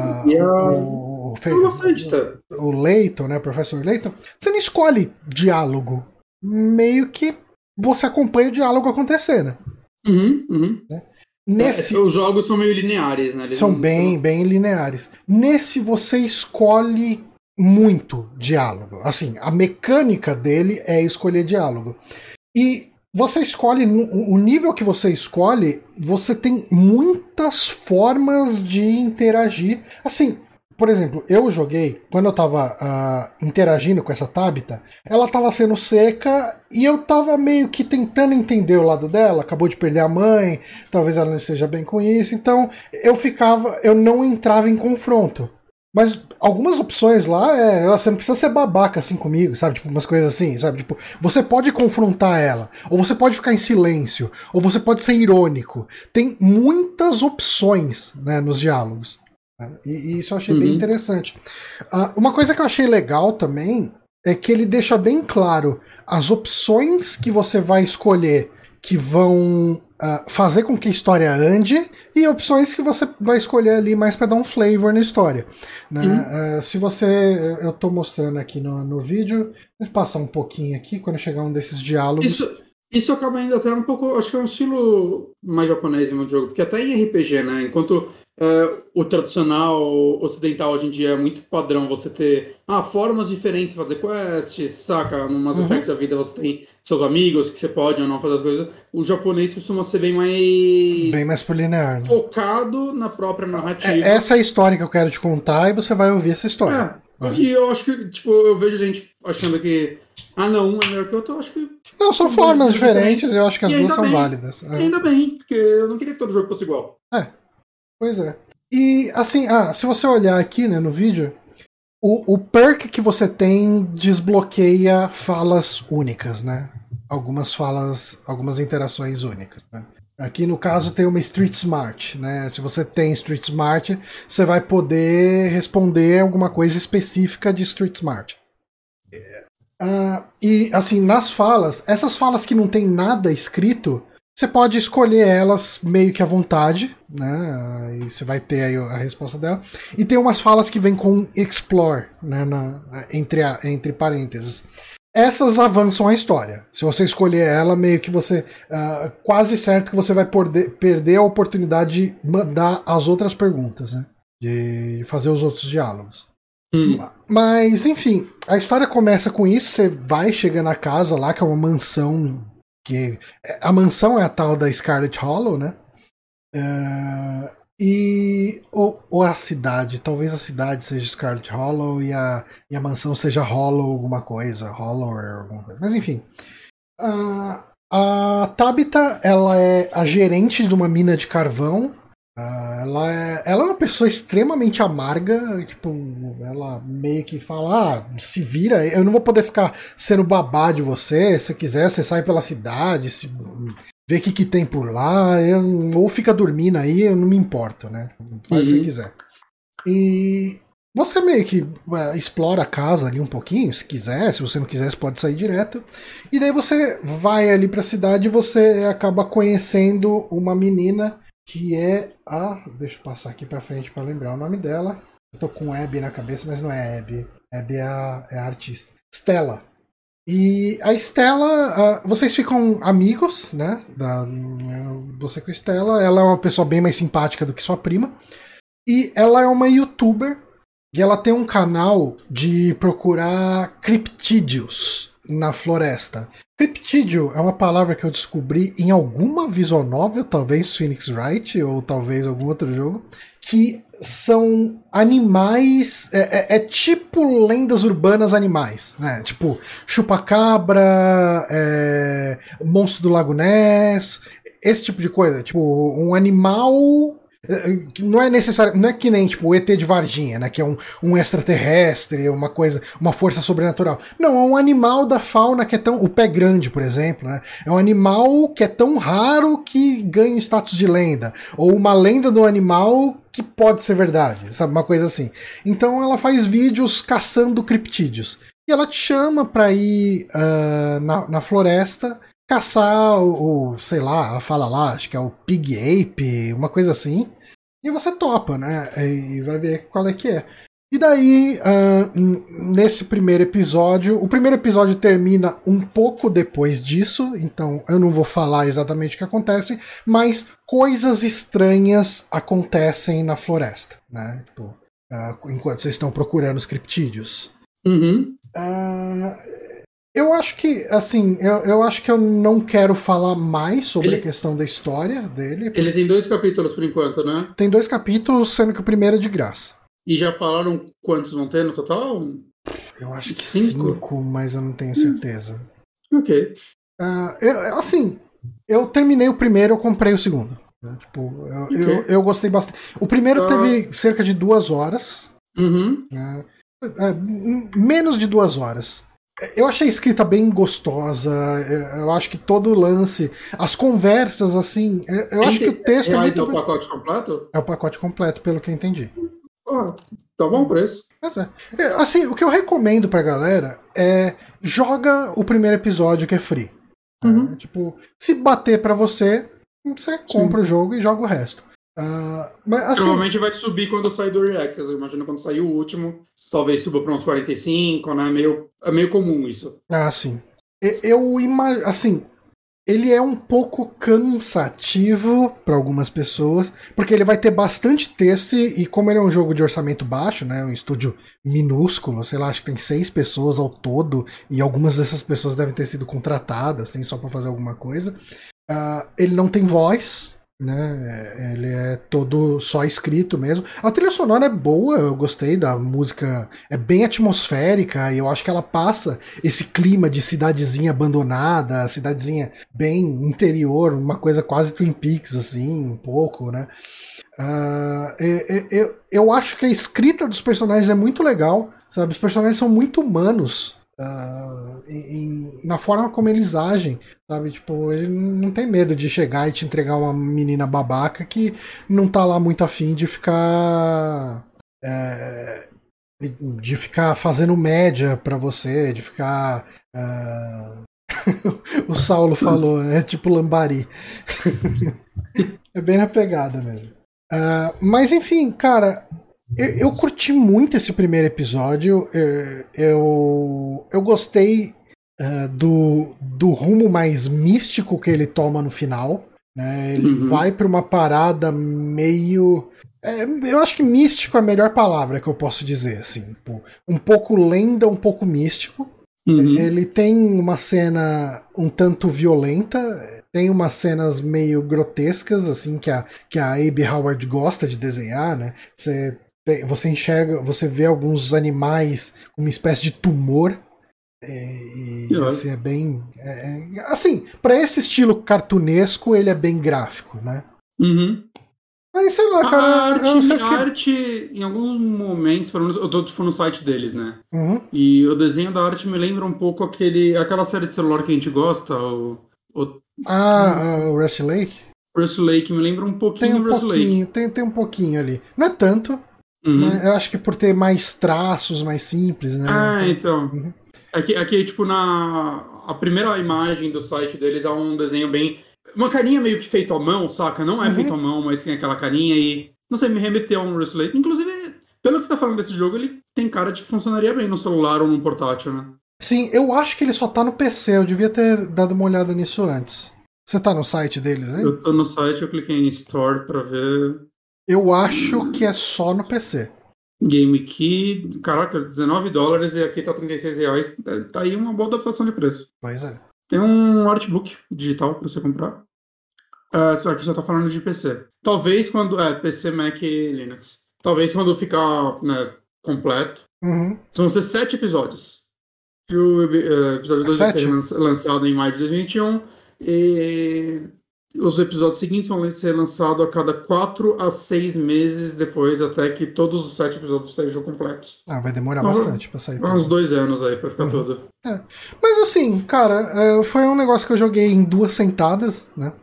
o Layton, né? O Professor Layton. Você não escolhe diálogo. Meio que você acompanha o diálogo acontecer, né? Né? Os jogos são meio lineares, né? São bem lineares. Nesse você escolhe muito diálogo. Assim, a mecânica dele é escolher diálogo. E você escolhe, o nível que você escolhe, você tem muitas formas de interagir. Assim, por exemplo, eu joguei, quando eu tava interagindo com essa Tabita, ela tava sendo seca e eu tava meio que tentando entender o lado dela, acabou de perder a mãe, talvez ela não esteja bem com isso, então eu não entrava em confronto. Mas algumas opções lá, você não precisa ser babaca assim comigo, sabe? Tipo, umas coisas assim, sabe? Tipo, você pode confrontar ela, ou você pode ficar em silêncio, ou você pode ser irônico. Tem muitas opções, né, nos diálogos. Né? E isso eu achei bem interessante. Uma coisa que eu achei legal também é que ele deixa bem claro as opções que você vai escolher que vão fazer com que a história ande e opções que você vai escolher ali mais para dar um flavor na história. Né? Se você... Eu tô mostrando aqui no vídeo, vou passar um pouquinho aqui, quando chegar um desses diálogos... Isso acaba ainda até um pouco... Acho que é um estilo mais japonês no jogo, porque até em RPG, né? Enquanto o tradicional ocidental hoje em dia é muito padrão você ter formas diferentes de fazer quests, saca? No Mass Effect da vida você tem seus amigos que você pode ou não fazer as coisas. O japonês costuma ser bem mais linear, né? Focado na própria narrativa. Essa é a história que eu quero te contar e você vai ouvir essa história. E eu acho que, tipo, eu vejo gente achando que um é melhor que o outro, eu acho que... Não, são formas diferentes, eu acho que as duas são válidas. Ainda bem, porque eu não queria que todo jogo fosse igual. Pois é. E, assim, se você olhar aqui, né, no vídeo, o perk que você tem desbloqueia falas únicas, né? Algumas interações únicas, né? Aqui, no caso, tem uma Street Smart, né? Se você tem Street Smart, você vai poder responder alguma coisa específica de Street Smart. E, assim, nas falas, essas falas que não tem nada escrito, você pode escolher elas meio que à vontade, né? E você vai ter aí a resposta dela. E tem umas falas que vêm com explore, né? Entre parênteses. Essas avançam a história. Se você escolher ela, meio que você... quase certo que você vai perder a oportunidade de mandar as outras perguntas, né? De fazer os outros diálogos. Mas, enfim, a história começa com isso. Você vai chegando na casa lá, que é uma mansão... A mansão é a tal da Scarlet Hollow, né? Ou a cidade, talvez a cidade seja Scarlet Hollow e a mansão seja Hollow alguma coisa, Hollower alguma coisa. Mas enfim, a Tabitha, ela é a gerente de uma mina de carvão. Ela é uma pessoa extremamente amarga, tipo, ela meio que fala, se vira, eu não vou poder ficar sendo babá de você, se quiser você sai pela cidade, vê o que tem por lá, ou fica dormindo aí, eu não me importo, né? Faz o que você quiser. E Você meio que explora a casa ali um pouquinho, se quiser, se você não quiser, você pode sair direto. E daí você vai ali pra cidade e você acaba conhecendo uma menina que é a. Deixa eu passar aqui pra frente pra lembrar o nome dela. Eu tô com Abby na cabeça, mas não é Abby. Abby é a artista. Stella. E a Stella, vocês ficam amigos, né? Você com a Stella, ela é uma pessoa bem mais simpática do que sua prima. E ela é uma youtuber e ela tem um canal de procurar criptídeos na floresta. Criptídeo é uma palavra que eu descobri em alguma visual novel, talvez Phoenix Wright ou talvez algum outro jogo, que são animais, tipo lendas urbanas animais, né? Tipo chupacabra, monstro do Lago Ness, esse tipo de coisa. Tipo, um animal não é necessário, não é que nem tipo o ET de Varginha, né, que é um extraterrestre, uma coisa, uma força sobrenatural. Não, é um animal da fauna que é tão, o pé grande, por exemplo, né, é um animal que é tão raro que ganha o status de lenda, ou uma lenda do animal que pode ser verdade, sabe, uma coisa assim. Então ela faz vídeos caçando criptídeos e ela te chama pra ir na floresta caçar sei lá, ela fala lá, acho que é o Pig Ape, uma coisa assim, e você topa, né? E vai ver qual é que é. E daí, nesse primeiro episódio, o primeiro episódio termina um pouco depois disso, então eu não vou falar exatamente o que acontece, mas coisas estranhas acontecem na floresta, né? Tipo, enquanto vocês estão procurando os criptídeos. Uhum. Eu acho que, assim, eu acho que eu não quero falar mais sobre a questão da história dele. Ele tem 2 capítulos por enquanto, né? Tem 2 capítulos, sendo que o primeiro é de graça. E já falaram quantos vão ter no total? Eu acho que 5, mas eu não tenho certeza. Ok. Eu terminei o primeiro, eu comprei o segundo. Tipo, eu gostei bastante. O primeiro teve cerca de 2 horas. Uhum. Menos de 2 horas. Eu achei a escrita bem gostosa. Eu acho que todo o lance, as conversas, assim. Eu acho que o texto é muito. É o pacote completo? É o pacote completo, pelo que eu entendi. Tá bom preço. Assim, o que eu recomendo pra galera é joga o primeiro episódio que é free. Uhum. Tipo, se bater pra você compra o jogo e joga o resto. Mas, assim, provavelmente vai subir quando sair do React. Eu imagino quando sair o último, talvez suba para uns 45, né? É meio comum isso. Sim. Eu imagino. Assim, ele é um pouco cansativo para algumas pessoas, porque ele vai ter bastante texto e como ele é um jogo de orçamento baixo, né, um estúdio minúsculo, sei lá, acho que tem 6 pessoas ao todo e algumas dessas pessoas devem ter sido contratadas, assim, só para fazer alguma coisa. Ele não tem voz, né? Ele é todo só escrito mesmo. A trilha sonora é boa, eu gostei da música, é bem atmosférica e eu acho que ela passa esse clima de cidadezinha abandonada, cidadezinha bem interior, uma coisa quase Twin Peaks, assim, um pouco, né? Eu acho que a escrita dos personagens é muito legal, sabe? Os personagens são muito humanos. Na forma como eles agem, sabe? Tipo, ele não tem medo de chegar e te entregar uma menina babaca que não tá lá muito afim de ficar fazendo média pra você, de ficar o Saulo falou, né? Tipo lambari. É bem na pegada mesmo. Mas enfim, cara, eu curti muito esse primeiro episódio. Eu gostei do rumo mais místico que ele toma no final. Né? Ele vai pra uma parada meio. Eu acho que místico é a melhor palavra que eu posso dizer. Assim, um pouco lenda, um pouco místico. Ele tem uma cena um tanto violenta. Tem umas cenas meio grotescas, assim, que a Abby Howard gosta de desenhar, né? Você enxerga, você vê alguns animais com uma espécie de tumor. Assim, é bem. Assim, pra esse estilo cartunesco, ele é bem gráfico, né? Mas sei lá, cara. A arte, em alguns momentos, pelo menos, eu tô tipo no site deles, né? E o desenho da arte me lembra um pouco aquela série de celular que a gente gosta, o Rusty Lake? Rusty Lake me lembra um pouquinho do Rusty Lake. Tem um pouquinho ali. Não é tanto, Mas eu acho que por ter mais traços, mais simples, né? Então. Uhum. Aqui, tipo, a primeira imagem do site deles é um desenho bem. Uma carinha meio que feito à mão, saca? Não é feito à mão, mas tem aquela carinha e. Não sei, me remeteu a um Wrestling. Inclusive, pelo que você tá falando desse jogo, ele tem cara de que funcionaria bem no celular ou no portátil, né? Sim, eu acho que ele só tá no PC. Eu devia ter dado uma olhada nisso antes. Você tá no site deles, hein? Eu tô no site, eu cliquei em Store pra ver. Eu acho que é só no PC. Game Key, caraca, $19 e aqui tá R$ 36. Tá aí uma boa adaptação de preço. Pois é. Tem um artbook digital pra você comprar. Só que só tá falando de PC. Talvez quando. PC, Mac e Linux. Talvez quando ficar, né, completo. Uhum. Vão ser 7 episódios. O episódio 2 vai ser lançado em maio de 2021. E os episódios seguintes vão ser lançados a cada 4 a 6 meses depois, até que todos os 7 episódios estejam completos. Vai demorar bastante pra sair. Uns 2 anos aí pra ficar tudo. Mas assim, cara, foi um negócio que eu joguei em 2 sentadas, né?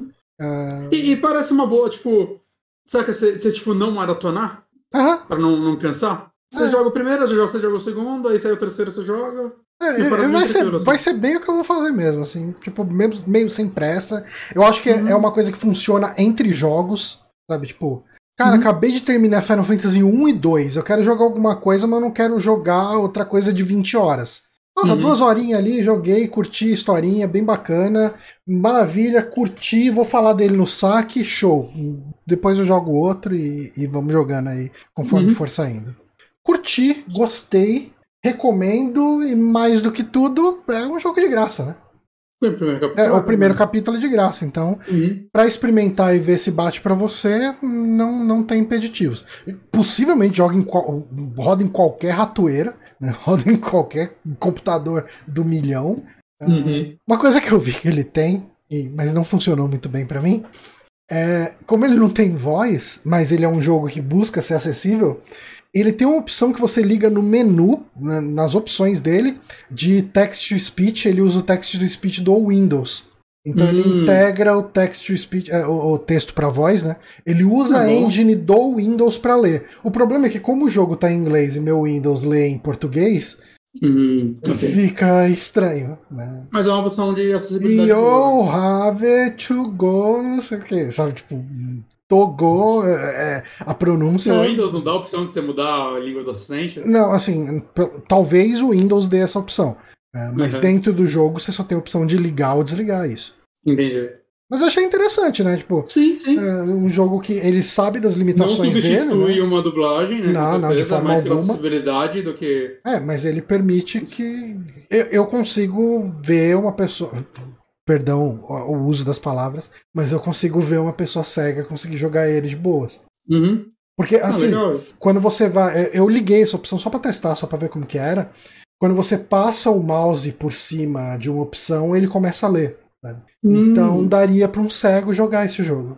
E parece uma boa, tipo. Saca, você tipo, não maratonar? Pra não pensar? Você joga o primeiro, você joga o segundo, aí sai o terceiro, você joga. Vai ser bem o que eu vou fazer mesmo, assim, tipo, meio sem pressa. Eu acho que é uma coisa que funciona entre jogos, sabe? Tipo, cara, acabei de terminar Final Fantasy 1 e 2, eu quero jogar alguma coisa, mas não quero jogar outra coisa de 20 horas. 2 horinhas ali, joguei, curti, historinha, bem bacana, maravilha, curti, vou falar dele no saque, show. Depois eu jogo outro e vamos jogando aí, conforme for saindo. Curti, gostei, recomendo e mais do que tudo, é um jogo de graça, né? O primeiro capítulo é de graça, então pra experimentar e ver se bate pra você, não tem impeditivos. Possivelmente roda em qualquer ratoeira, né? Roda em qualquer computador do milhão. Uma coisa que eu vi que ele tem, mas não funcionou muito bem pra mim, como ele não tem voz, mas ele é um jogo que busca ser acessível, ele tem uma opção que você liga no menu, nas opções dele, de text-to-speech. Ele usa o text-to-speech do Windows. Então ele integra o text-to-speech, o texto para voz, né? Ele usa a engine do Windows para ler. O problema é que como o jogo tá em inglês e meu Windows lê em português, fica estranho, né? Mas é uma opção de acessibilidade. You have to go, não sei o que, sabe? Tipo, Togo, a pronúncia... O Windows não dá a opção de você mudar a língua do assistente? Não, assim, talvez o Windows dê essa opção. Mas dentro do jogo você só tem a opção de ligar ou desligar isso. Entendi. Mas eu achei interessante, né? Tipo, sim. Um jogo que ele sabe das limitações dele. Não substitui uma dublagem, né? Não, de forma mais alguma. pela acessibilidade do que... Mas ele permite que eu consigo ver uma pessoa... Perdão o uso das palavras, mas eu consigo ver uma pessoa cega conseguir jogar ele de boas. Porque, assim, quando você vai... Eu liguei essa opção só pra testar, só pra ver como que era. Quando você passa o mouse por cima de uma opção, ele começa a ler. Sabe? Então daria pra um cego jogar esse jogo.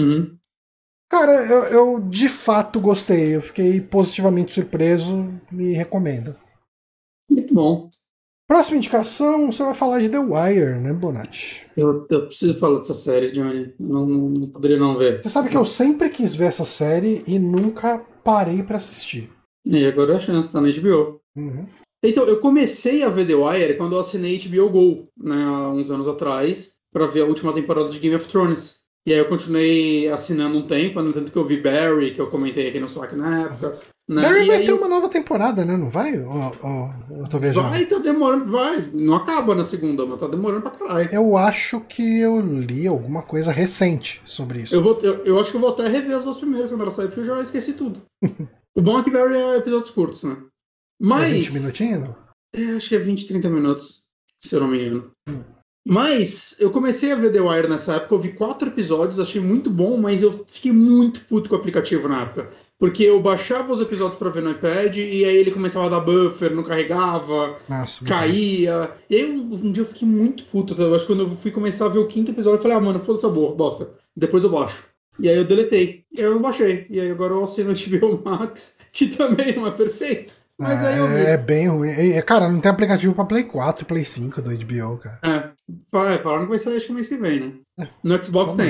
Cara, eu de fato gostei. Eu fiquei positivamente surpreso e recomendo. Muito bom. Próxima indicação, você vai falar de The Wire, né, Bonatti? Eu preciso falar dessa série, Johnny. Não poderia não ver. Você sabe que eu sempre quis ver essa série e nunca parei pra assistir. E agora é a chance, tá na HBO. Então, eu comecei a ver The Wire quando eu assinei HBO Go, né, há uns anos atrás, pra ver a última temporada de Game of Thrones. E aí eu continuei assinando um tempo, no tanto que eu vi Barry, que eu comentei aqui no Slack na época. Né? Barry vai ter uma nova temporada, né? Não vai? Eu tô viajando. Vai, tá demorando, vai. Não acaba na segunda, mas tá demorando pra caralho. Eu acho que eu li alguma coisa recente sobre isso. Eu acho que eu vou até rever as 2 primeiras quando ela sair, porque eu já esqueci tudo. O bom é que Barry é episódios curtos, né? Mas... 20 minutinhos? Acho que é 20, 30 minutos, se eu não me engano. Mas eu comecei a ver The Wire nessa época, eu vi 4 episódios, achei muito bom, mas eu fiquei muito puto com o aplicativo na época. Porque eu baixava os episódios pra ver no iPad e aí ele começava a dar buffer, não carregava, caía. E aí um dia eu fiquei muito puto. Eu acho que quando eu fui começar a ver o 5º episódio, eu falei, mano, foda essa bosta. Depois eu baixo. E aí eu deletei. E aí eu não baixei. E aí agora eu assino o HBO Max, que também não é perfeito. Mas aí eu vi. É bem ruim. Cara, não tem aplicativo pra Play 4 e Play 5 do HBO, cara. Falaram que vai sair acho que mês que vem, né? No Xbox tem.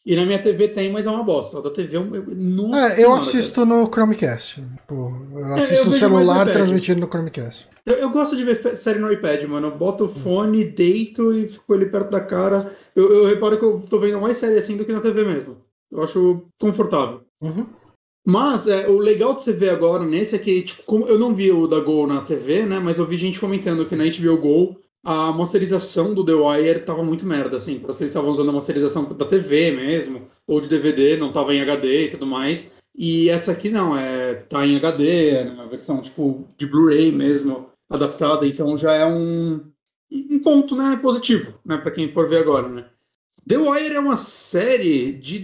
E na minha TV tem, mas é uma bosta. A da TV nossa Eu senhora, assisto no Chromecast. Pô, eu cara. assisto Eu no vejo mais no celular iPad. transmitindo no Chromecast. Eu gosto de ver série no iPad, mano. Eu boto o fone, deito e fico ali perto da cara. Eu reparo que eu tô vendo mais série assim do que na TV mesmo. Eu acho confortável. Uhum. Mas o legal de você ver agora nesse é que, tipo, como eu não vi o da Go na TV, né? Mas eu vi gente comentando que na HBO Go a masterização do The Wire tava muito merda, assim. Parece que eles estavam usando a masterização da TV mesmo, ou de DVD, não tava em HD e tudo mais. E essa aqui não, tá em HD, é uma versão tipo de Blu-ray mesmo, adaptada, então já é um ponto, né, positivo, né, para quem for ver agora, né? The Wire é uma série de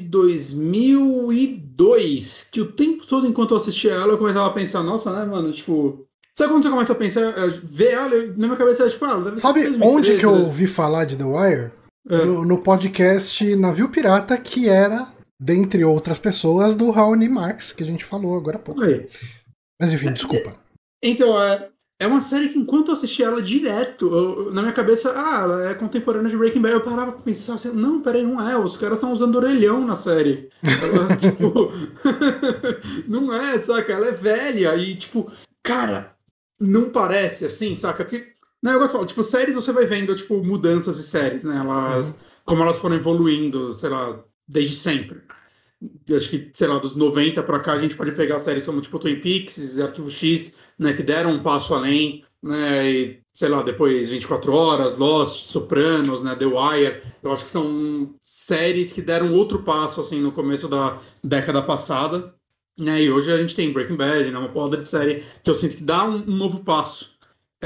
2002 que o tempo todo, enquanto eu assistia ela, eu começava a pensar, nossa, né, mano, tipo... Sabe quando você começa a pensar, ver ela, na minha cabeça é tipo, deve ser Sabe 2013, onde que eu ouvi falar de The Wire? No podcast Navio Pirata, que era, dentre outras pessoas, do Raoni Marx, que a gente falou agora há pouco. Aí. Mas enfim, desculpa. Então, é uma série que enquanto eu assistia ela direto, na minha cabeça, ela é contemporânea de Breaking Bad. Eu parava pra pensar assim, não, peraí, não é, os caras estão usando orelhão na série. Ela, tipo, não é, saca? Ela é velha e, tipo, cara, não parece assim, saca? Porque, né, eu gosto de falar, tipo, séries você vai vendo, tipo, mudanças de séries, né? Como elas foram evoluindo, sei lá, desde sempre. Eu acho que, sei lá, dos 90 pra cá, a gente pode pegar séries como, tipo, Twin Peaks, Arquivo X, né, que deram um passo além, né, e, sei lá, depois 24 Horas, Lost, Sopranos, né, The Wire, eu acho que são séries que deram outro passo, assim, no começo da década passada, né, e hoje a gente tem Breaking Bad, né, uma porrada de série que eu sinto que dá um novo passo.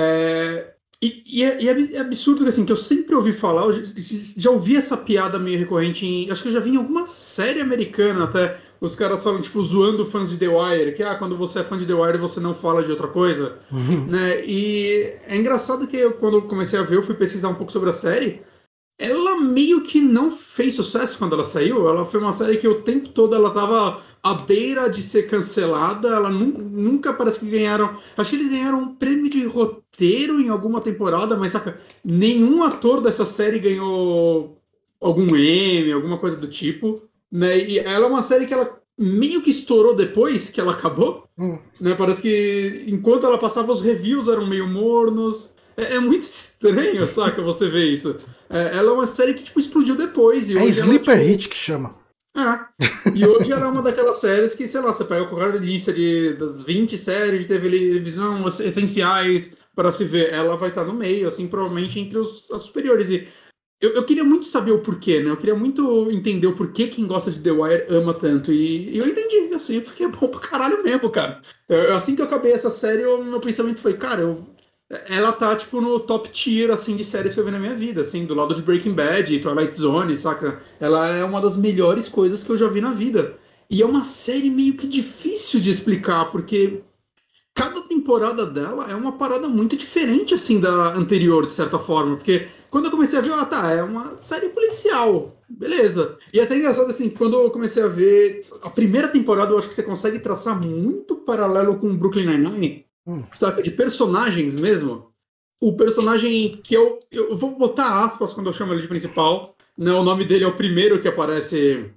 É absurdo que, assim, que eu sempre ouvi falar, eu já ouvi essa piada meio recorrente acho que eu já vi em alguma série americana até, os caras falam, tipo, zoando fãs de The Wire, que, quando você é fã de The Wire, você não fala de outra coisa, né, e é engraçado que quando eu comecei a ver, eu fui pesquisar um pouco sobre a série, ela meio que não fez sucesso quando ela saiu. Ela foi uma série que o tempo todo ela tava à beira de ser cancelada. Ela nunca parece que ganharam. Acho que eles ganharam um prêmio de roteiro em alguma temporada, mas saca, nenhum ator dessa série ganhou algum Emmy, alguma coisa do tipo, né? E ela é uma série que ela meio que estourou depois que ela acabou, né? Parece que enquanto ela passava, os reviews eram meio mornos. É muito estranho, saca, você ver isso. Ela é uma série que, tipo, explodiu depois. E É hoje ela, Sleeper tipo, Hit que chama. E hoje ela é uma daquelas séries que, sei lá, você pega qualquer lista das 20 séries de televisão essenciais para se ver, ela vai estar no meio, assim, provavelmente entre as superiores. E eu queria muito saber o porquê, né? Eu queria muito entender o porquê quem gosta de The Wire ama tanto. E eu entendi, assim, porque é bom pra caralho mesmo, cara. Assim que eu acabei essa série, meu pensamento foi, cara, ela tá, tipo, no top tier, assim, de séries que eu vi na minha vida, assim, do lado de Breaking Bad e Twilight Zone, saca? Ela é uma das melhores coisas que eu já vi na vida. E é uma série meio que difícil de explicar, porque cada temporada dela é uma parada muito diferente, assim, da anterior, de certa forma. Porque quando eu comecei a ver, é uma série policial. Beleza. E é até engraçado, assim, quando eu comecei a ver a primeira temporada, eu acho que você consegue traçar muito paralelo com Brooklyn Nine-Nine, saca? De personagens mesmo. O personagem que eu vou botar aspas quando eu chamo ele de principal, né? O nome dele é o primeiro que aparece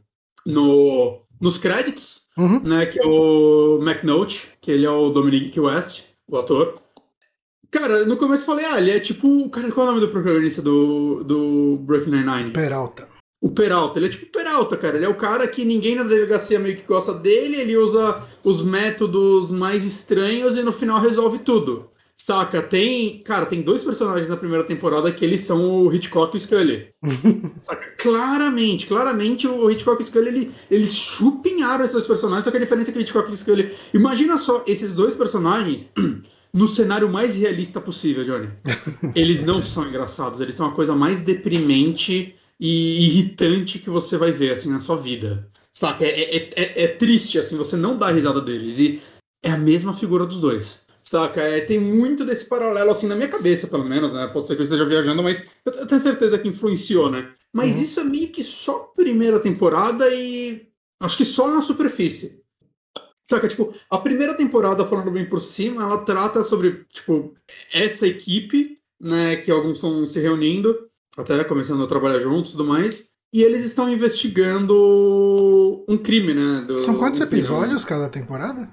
nos créditos, né? Que é o McNulty, que ele é o Dominic West, o ator. Cara, no começo eu falei, ele é tipo. Cara, qual é o nome do protagonista do Brooklyn Nine-Nine? Peralta. O Peralta, ele é tipo Peralta, cara. Ele é o cara que ninguém na delegacia meio que gosta dele, ele usa os métodos mais estranhos e no final resolve tudo. Saca? Cara, tem dois personagens na primeira temporada que eles são o Hitchcock e o Scully. Saca? Claramente o Hitchcock e o Scully, eles chupinharam esses dois personagens, só que a diferença é que o Hitchcock e o Scully... Imagina só esses dois personagens no cenário mais realista possível, Johnny. Eles não são engraçados, eles são a coisa mais deprimente e irritante que você vai ver, assim, na sua vida. Saca? É triste, assim, você não dá risada deles. E é a mesma figura dos dois. Saca? Tem muito desse paralelo, assim, na minha cabeça, pelo menos, né? Pode ser que eu esteja viajando, mas eu tenho certeza que influenciou, né? Mas isso é meio que só primeira temporada e acho que só na superfície. Saca? Tipo, a primeira temporada, falando bem por cima, ela trata sobre, tipo, essa equipe, né? Que alguns estão se reunindo, até começando a trabalhar juntos e tudo mais. e eles estão investigando um crime, né? São quantos Um crime. episódios cada temporada?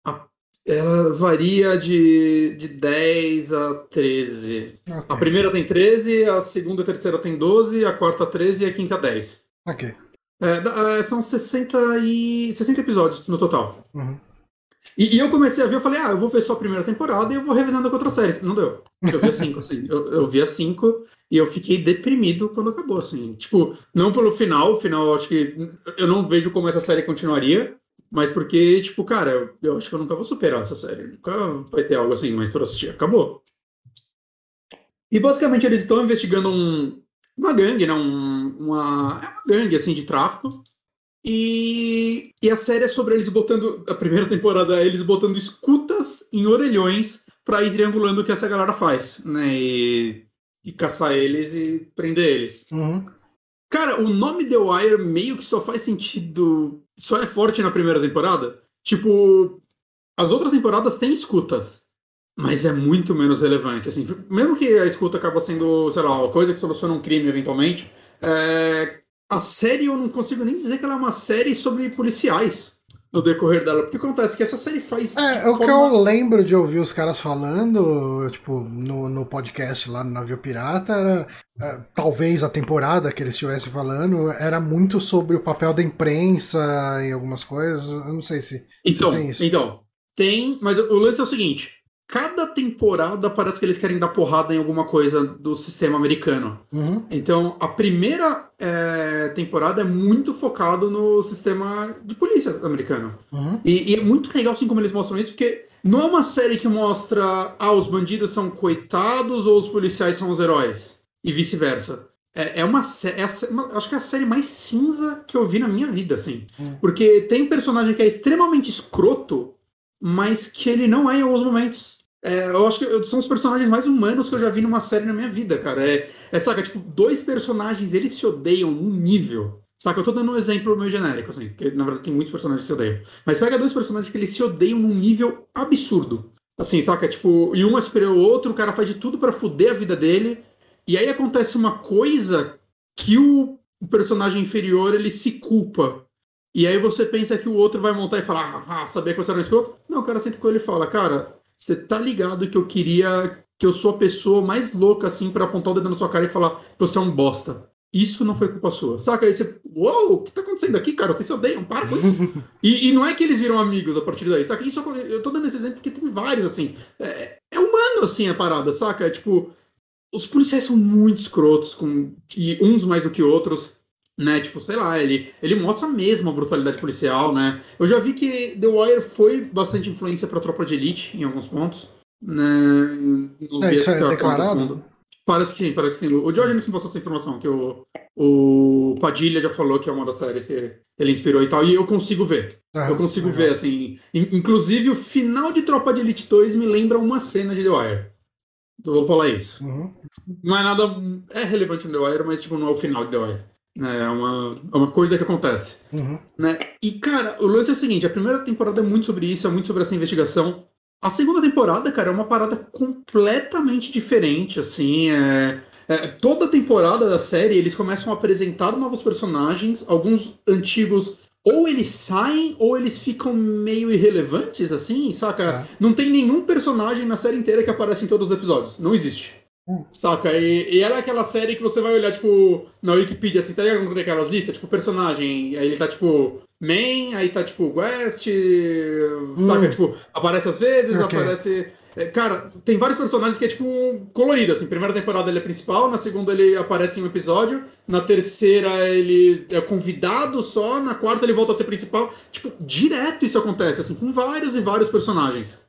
Ela varia de 10 a 13. Ok. A primeira tem 13, a segunda e a terceira tem 12, a quarta 13 e a quinta 10. Ok. São 60 episódios no total. Uhum. E eu comecei a ver, eu falei, eu vou ver só a primeira temporada e eu vou revisando com outras séries. Não deu. Eu vi a 5, assim. Eu vi a 5 e eu fiquei deprimido quando acabou, assim. Tipo, não pelo final, o final eu acho que eu não vejo como essa série continuaria, mas porque, tipo, cara, eu acho que eu nunca vou superar essa série. Nunca vai ter algo assim mais pra assistir. Acabou. E basicamente eles estão investigando uma gangue, né? É uma gangue, assim, de tráfico. E a série é sobre eles botando. A primeira temporada é eles botando escutas em orelhões pra ir triangulando o que essa galera faz, né? E caçar eles e prender eles. Uhum. Cara, o nome The Wire meio que só faz sentido. Só é forte na primeira temporada. Tipo, as outras temporadas têm escutas, mas é muito menos relevante. Assim, mesmo que a escuta acaba sendo, sei lá, uma coisa que soluciona um crime eventualmente, a série eu não consigo nem dizer que ela é uma série sobre policiais no decorrer dela. Porque acontece que essa série faz. O que eu lembro de ouvir os caras falando, tipo, no podcast lá no Navio Pirata, era. Talvez a temporada que eles estivessem falando era muito sobre o papel da imprensa em algumas coisas. Eu não sei se tem isso. Então, tem, mas o lance é o seguinte: cada temporada parece que eles querem dar porrada em alguma coisa do sistema americano. Uhum. Então, a primeira temporada é muito focado no sistema de polícia americano. Uhum. E é muito legal assim como eles mostram isso, porque não é uma série que mostra os bandidos são coitados ou os policiais são os heróis, e vice-versa. Acho que é a série mais cinza que eu vi na minha vida, assim. Porque tem um personagem que é extremamente escroto, mas que ele não é em alguns momentos. Eu acho que são os personagens mais humanos que eu já vi numa série na minha vida, cara. Saca, tipo, dois personagens, eles se odeiam num nível. Saca, eu tô dando um exemplo meio genérico, assim, porque na verdade tem muitos personagens que se odeiam. Mas pega dois personagens que eles se odeiam num nível absurdo. Assim, saca, tipo, e um é superior ao outro, o cara faz de tudo pra fuder a vida dele. E aí acontece uma coisa que o personagem inferior, ele se culpa. E aí você pensa que o outro vai montar e falar, sabia que você era um escroto? Não, o cara senta com ele e fala, cara, você tá ligado que eu queria que eu sou a pessoa mais louca, assim, pra apontar o dedo na sua cara e falar que você é um bosta. Isso não foi culpa sua. Saca? Aí você, uou, o que tá acontecendo aqui, cara? Vocês se odeiam, para com isso. E não é que eles viram amigos a partir daí, saca? Isso, eu tô dando esse exemplo porque tem vários, assim. É humano, assim, a parada, saca? É tipo, os policiais são muito escrotos, e uns mais do que outros, né? Tipo, sei lá, ele mostra mesmo a brutalidade policial, né? Eu já vi que The Wire foi bastante influência pra Tropa de Elite em alguns pontos, né? Não vi Isso esse é teor tão declarado? profundo. Parece que sim, parece que sim. O George Nixon passou essa informação, que o Padilha já falou que é uma das séries que ele inspirou e tal, e eu consigo ver. Eu consigo ver, assim. Inclusive, o final de Tropa de Elite 2 me lembra uma cena de The Wire. Então, eu vou falar isso. Uhum. Não é nada. É relevante no The Wire, mas tipo, não é o final de The Wire. É uma coisa que acontece. Uhum. Né? E, cara, o lance é o seguinte: a primeira temporada é muito sobre isso, é muito sobre essa investigação. A segunda temporada, cara, é uma parada completamente diferente, assim. Toda temporada da série, eles começam a apresentar novos personagens, alguns antigos. Ou eles saem, ou eles ficam meio irrelevantes, assim, saca? Não tem nenhum personagem na série inteira que aparece em todos os episódios. Não existe. Saca? E ela é aquela série que você vai olhar, tipo, na Wikipedia, assim, tá ligado quando tem aquelas listas? Tipo, personagem, aí ele tá, tipo, Man, aí tá, tipo, West, saca? Tipo, aparece às vezes, aparece... Cara, tem vários personagens que é, tipo, colorido, assim. Primeira temporada ele é principal, na segunda ele aparece em um episódio, na terceira ele é convidado só, na quarta ele volta a ser principal. Tipo, direto isso acontece, assim, com vários e vários personagens.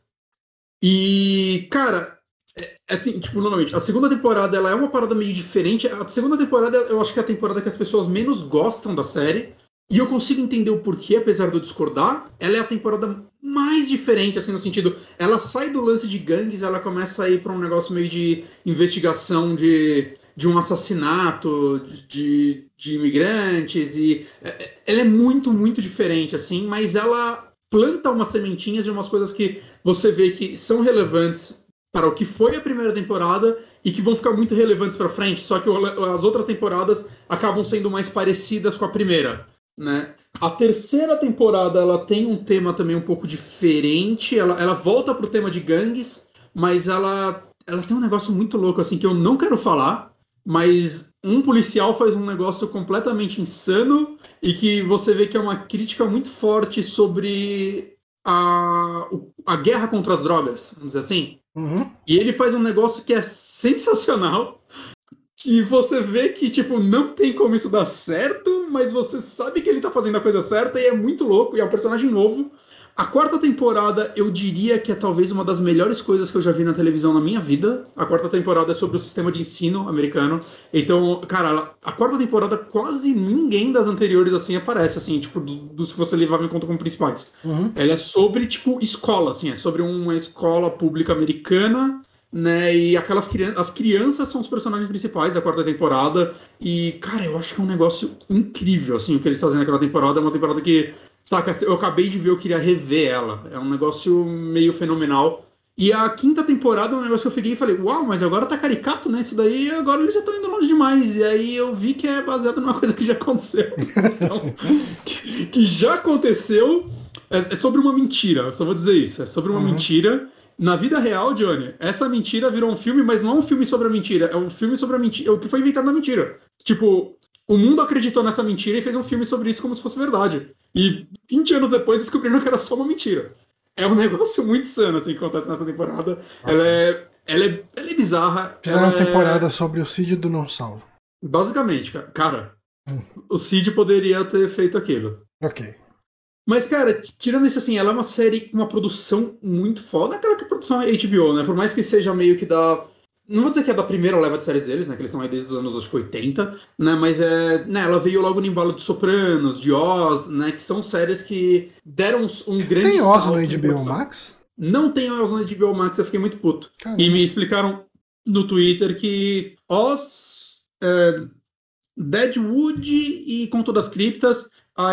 E, cara, assim, tipo, normalmente, a segunda temporada ela é uma parada meio diferente. A segunda temporada eu acho que é a temporada que as pessoas menos gostam da série. E eu consigo entender o porquê, apesar de eu discordar. Ela é a temporada mais diferente, assim, no sentido... Ela sai do lance de gangues, ela começa a ir pra um negócio meio de investigação de um assassinato de imigrantes. E ela é muito, muito diferente, assim, mas ela planta umas sementinhas de umas coisas que você vê que são relevantes para o que foi a primeira temporada e que vão ficar muito relevantes para frente, só que as outras temporadas acabam sendo mais parecidas com a primeira, né? A terceira temporada ela tem um tema também um pouco diferente, ela volta pro tema de gangues, mas ela tem um negócio muito louco assim que eu não quero falar, mas um policial faz um negócio completamente insano e que você vê que é uma crítica muito forte sobre a guerra contra as drogas, vamos dizer assim. Uhum. E ele faz um negócio que é sensacional, que você vê que, tipo, não tem como isso dar certo, mas você sabe que ele tá fazendo a coisa certa e é muito louco, e é um personagem novo. A quarta temporada, eu diria que é talvez uma das melhores coisas que eu já vi na televisão na minha vida. A quarta temporada é sobre o sistema de ensino americano. Então, cara, a quarta temporada quase ninguém das anteriores, assim, aparece, assim, tipo, dos que você levava em conta como principais. Uhum. Ela é sobre, tipo, escola, assim, é sobre uma escola pública americana, né? E as crianças são os personagens principais da quarta temporada. E, cara, eu acho que é um negócio incrível, assim, o que eles fazem naquela temporada. É uma temporada que, saca, eu acabei de ver, eu queria rever ela. É um negócio meio fenomenal. E a quinta temporada é um negócio que eu peguei e falei, uau, mas agora tá caricato, né? Isso daí, agora eles já estão indo longe demais. E aí eu vi que é baseado numa coisa que já aconteceu. Então, que já aconteceu. É sobre uma mentira, eu só vou dizer isso. É sobre uma Uhum. mentira. Na vida real, Johnny, essa mentira virou um filme, mas não é um filme sobre a mentira, é um filme sobre a mentira, é o que foi inventado na mentira. Tipo, o mundo acreditou nessa mentira e fez um filme sobre isso como se fosse verdade. E 20 anos depois descobriram que era só uma mentira. É um negócio muito insano, assim, que acontece nessa temporada. Ok. Ela é bizarra, Fizeram ela uma temporada é... sobre o Cid do Não Salvo. Basicamente, cara, Hum. o Cid poderia ter feito aquilo. Ok. Mas, cara, tirando isso assim, ela é uma série com uma produção muito foda. Aquela que a produção é HBO, né? Por mais que seja meio que da. Não vou dizer que é da primeira leva de séries deles, né? Que eles estão aí desde os anos acho que 80, né? Mas né, ela veio logo no embalo de Sopranos, de Oz, né? Que são séries que deram um grande Tem Oz no salto em HBO produção. Max? Não tem Oz no HBO Max, eu fiquei muito puto. E Caramba. me explicaram no Twitter que Oz, Deadwood e Conto das Criptas, a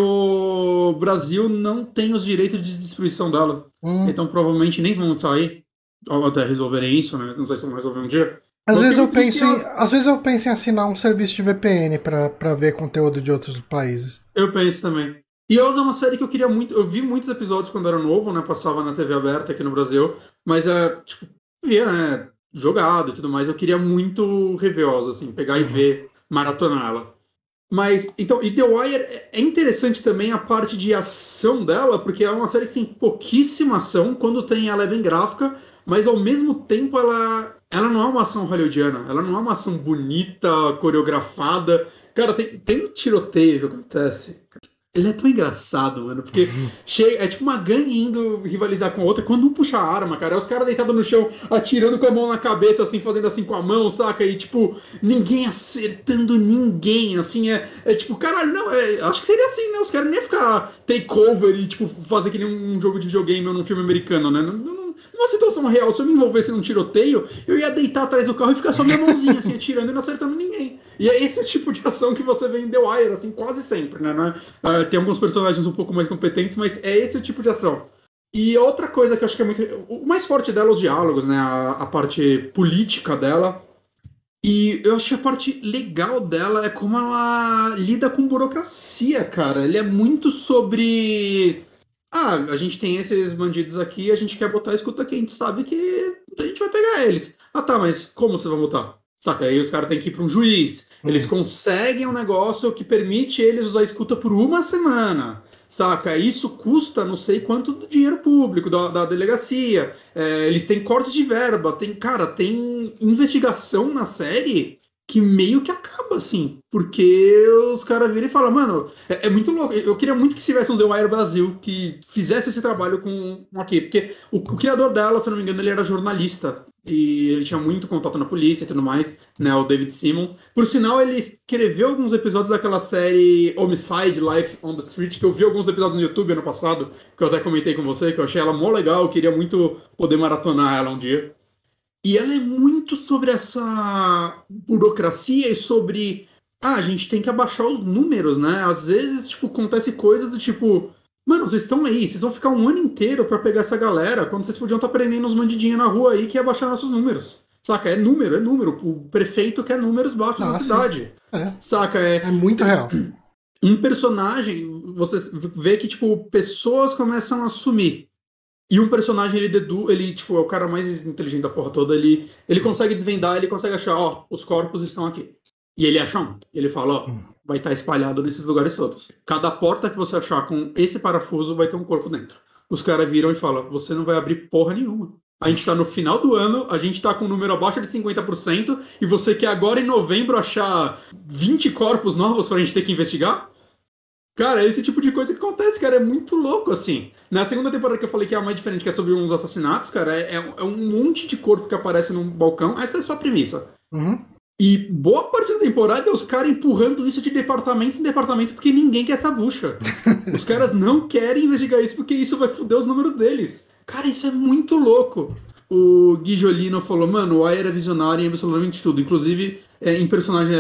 HBO Brasil não tem os direitos de distribuição dela. Hum. Então provavelmente nem vão sair ou até resolverem isso, né? Não sei se vão resolver um dia. Às Mas eu vezes fiquei eu muito triste que penso em, elas. às vezes eu penso em assinar um serviço de VPN pra ver conteúdo de outros países. Eu penso também. E Oz é uma série que eu queria muito. Eu vi muitos episódios quando era novo, né? Passava na TV aberta aqui no Brasil. Mas tipo, via, né? Jogado e tudo mais. Eu queria muito rever Oz, assim, pegar e Uhum. ver, maratonar ela. Mas, então, e The Wire é interessante também a parte de ação dela, porque é uma série que tem pouquíssima ação, quando tem ela é bem gráfica, mas ao mesmo tempo ela não é uma ação hollywoodiana, ela não é uma ação bonita, coreografada. Cara, tem um tiroteio que acontece. Ele é tão engraçado, mano, porque chega, é tipo uma gangue indo rivalizar com a outra, quando um puxa a arma, cara, é os caras deitados no chão, atirando com a mão na cabeça, assim, fazendo assim com a mão, saca? E, tipo, ninguém acertando ninguém, assim, é tipo, caralho, não, acho que seria assim, né? Os caras nem iam ficar takeover e, tipo, fazer que nem um jogo de videogame ou num filme americano, né? Numa situação real, se eu me envolvesse num tiroteio, eu ia deitar atrás do carro e ficar só minha mãozinha, assim, atirando e não acertando ninguém. E é esse o tipo de ação que você vê em The Wire, assim, quase sempre, né? Não é, tem alguns personagens um pouco mais competentes, mas é esse o tipo de ação. E outra coisa que eu acho que é muito. O mais forte dela é os diálogos, né? A parte política dela. E eu acho que a parte legal dela é como ela lida com burocracia, cara. Ele é muito sobre. Ah, a gente tem esses bandidos aqui, a gente quer botar a escuta aqui, a gente sabe que a gente vai pegar eles. Ah, tá, mas como você vai botar? Saca? Aí os caras têm que ir para um juiz. Eles Hum. conseguem um negócio que permite eles usar a escuta por uma semana. Saca? Isso custa não sei quanto do dinheiro público, da delegacia. Eles têm cortes de verba. Cara, tem investigação na série que meio que acaba, assim. Porque os caras viram e falam, mano, é muito louco. Eu queria muito que tivesse um The Wire Brasil que fizesse esse trabalho com aqui. Porque o criador dela, se eu não me engano, ele era jornalista. E ele tinha muito contato na polícia e tudo mais, né? O David Simmons. Por sinal, ele escreveu alguns episódios daquela série Homicide, Life on the Street, que eu vi alguns episódios no YouTube ano passado, que eu até comentei com você, que eu achei ela mó legal, eu queria muito poder maratonar ela um dia. E ela é muito sobre essa burocracia e sobre. Ah, a gente tem que abaixar os números, né? Às vezes, tipo, acontece coisas do tipo. Mano, vocês estão aí, vocês vão ficar um ano inteiro pra pegar essa galera, quando vocês podiam estar prendendo uns bandidinhos na rua aí que ia baixar nossos números. Saca? É número, é número. O prefeito quer números baixos na cidade. Saca? É muito real. Um personagem, você vê que, tipo, pessoas começam a sumir. E um personagem, ele tipo, é o cara mais inteligente da porra toda, ele consegue desvendar, ele consegue achar, ó, os corpos estão aqui. E ele acha um. Ele fala, ó, vai estar espalhado nesses lugares todos. Cada porta que você achar com esse parafuso vai ter um corpo dentro. Os caras viram e falam, você não vai abrir porra nenhuma. A gente tá no final do ano, a gente tá com um número abaixo de 50%, e você quer agora em novembro achar 20 corpos novos pra gente ter que investigar? Cara, esse tipo de coisa que acontece, cara, é muito louco, assim. Na segunda temporada que eu falei que é a mais diferente, que é sobre uns assassinatos, cara, é um monte de corpo que aparece num balcão. Essa é só a premissa. E boa parte da temporada é os caras empurrando isso de departamento em departamento porque ninguém quer essa bucha. Os caras não querem investigar isso porque isso vai foder os números deles. Cara, isso é muito louco. O Gui Jolino falou, mano, o AI era visionário em absolutamente tudo. Inclusive em personagem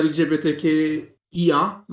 LGBTQIA+.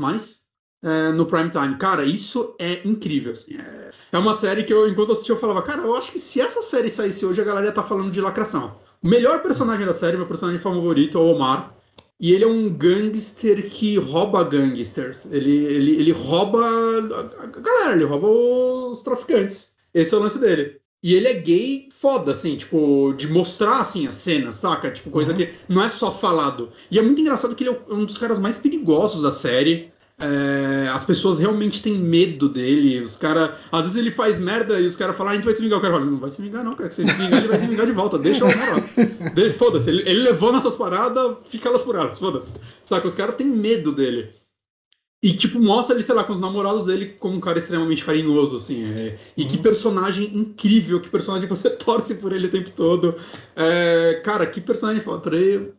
No prime time. Cara, isso é incrível, assim. É uma série que eu, enquanto eu assistia, eu falava, cara, eu acho que se essa série saísse hoje, a galera ia estar falando de lacração. O melhor personagem da série, meu personagem favorito, é o Omar. E ele é um gangster que rouba gangsters. Ele rouba a galera, ele rouba os traficantes. Esse é o lance dele. E ele é gay foda, assim, tipo, de mostrar, assim, as cenas, saca? Tipo, coisa que não é só falado. E é muito engraçado que ele é um dos caras mais perigosos da série. As pessoas realmente têm medo dele. Os caras. Às vezes ele faz merda e os caras falam, a gente vai se vingar. O cara fala, não vai se vingar, não, cara. Que se ele se vingar, ele vai se vingar de volta. Deixa o cara. Foda-se. Ele levou nossas paradas, fica elas por elas. Foda-se. Saca? Os caras têm medo dele. E, tipo, mostra ele, sei lá, com os namorados dele como um cara extremamente carinhoso, assim. E que personagem incrível, que personagem você torce por ele o tempo todo. Cara, que personagem foda. Peraí.